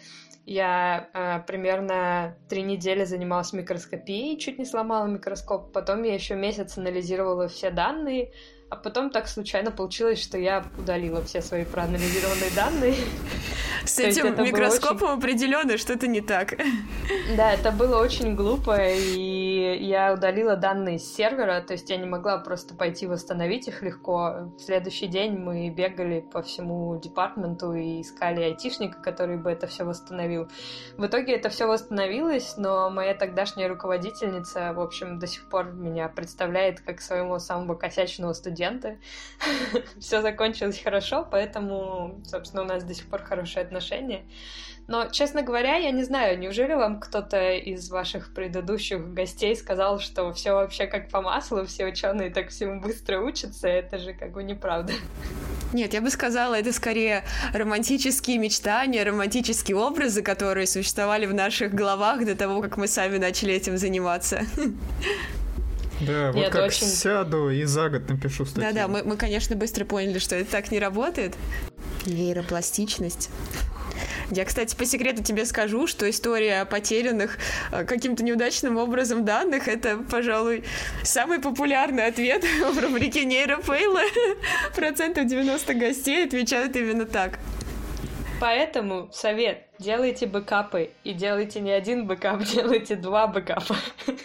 Я примерно 3 недели занималась микроскопией, чуть не сломала микроскоп, потом я еще месяц анализировала все данные, А потом так случайно получилось, что я удалила все свои проанализированные данные. С этим микроскопом определенно что-то не так. Да, это было очень глупо, и я удалила данные с сервера, то есть я не могла просто пойти восстановить их легко. В следующий день мы бегали по всему департаменту и искали айтишника, который бы это все восстановил. В итоге это все восстановилось, но моя тогдашняя руководительница, в общем, до сих пор меня представляет как своего самого косячного студента. Все закончилось хорошо, поэтому, собственно, у нас до сих пор хорошие отношения. Но, честно говоря, я не знаю, неужели вам кто-то из ваших предыдущих гостей сказал, что все вообще как по маслу, все ученые так всему быстро учатся? Это же как бы неправда. Нет, я бы сказала, это скорее романтические мечтания, романтические образы, которые существовали в наших головах до того, как мы сами начали этим заниматься. Да, вот как сяду и за год напишу статью. Да-да, мы, конечно, быстро поняли, что это так не работает. Нейропластичность. Я, кстати, по секрету тебе скажу, что история о потерянных каким-то неудачным образом данных — это, пожалуй, самый популярный ответ в рубрике нейрофейлы. 90% гостей отвечают именно так. Поэтому совет: делайте бэкапы, и делайте не один бэкап, делайте 2 бэкапа.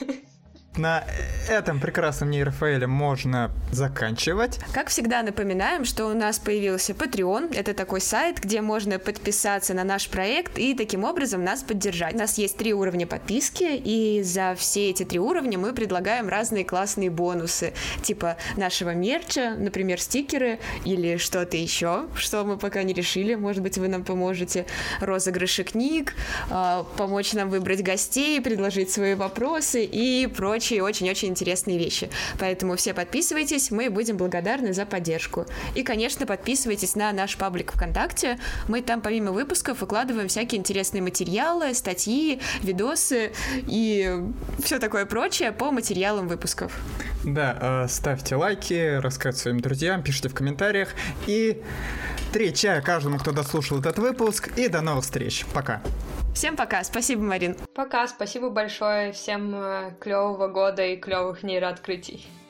На этом прекрасном нейрофейле можно заканчивать. Как всегда, напоминаем, что у нас появился Patreon. Это такой сайт, где можно подписаться на наш проект и таким образом нас поддержать. У нас есть 3 уровня подписки, и за все эти 3 уровня мы предлагаем разные классные бонусы, типа нашего мерча, например, стикеры или что-то еще, что мы пока не решили. Может быть, вы нам поможете. Розыгрыши книг, помочь нам выбрать гостей, предложить свои вопросы и прочее. Очень-очень интересные вещи. Поэтому все подписывайтесь, мы будем благодарны за поддержку. И, конечно, подписывайтесь на наш паблик ВКонтакте. Мы там помимо выпусков выкладываем всякие интересные материалы, статьи, видосы и все такое прочее по материалам выпусков. Да, ставьте лайки, рассказывайте своим друзьям, пишите в комментариях. И 3 чая каждому, кто дослушал этот выпуск. И до новых встреч. Пока. Всем пока. Спасибо, Марин. Пока. Спасибо большое. Всем клевого года и клевых нейрооткрытий.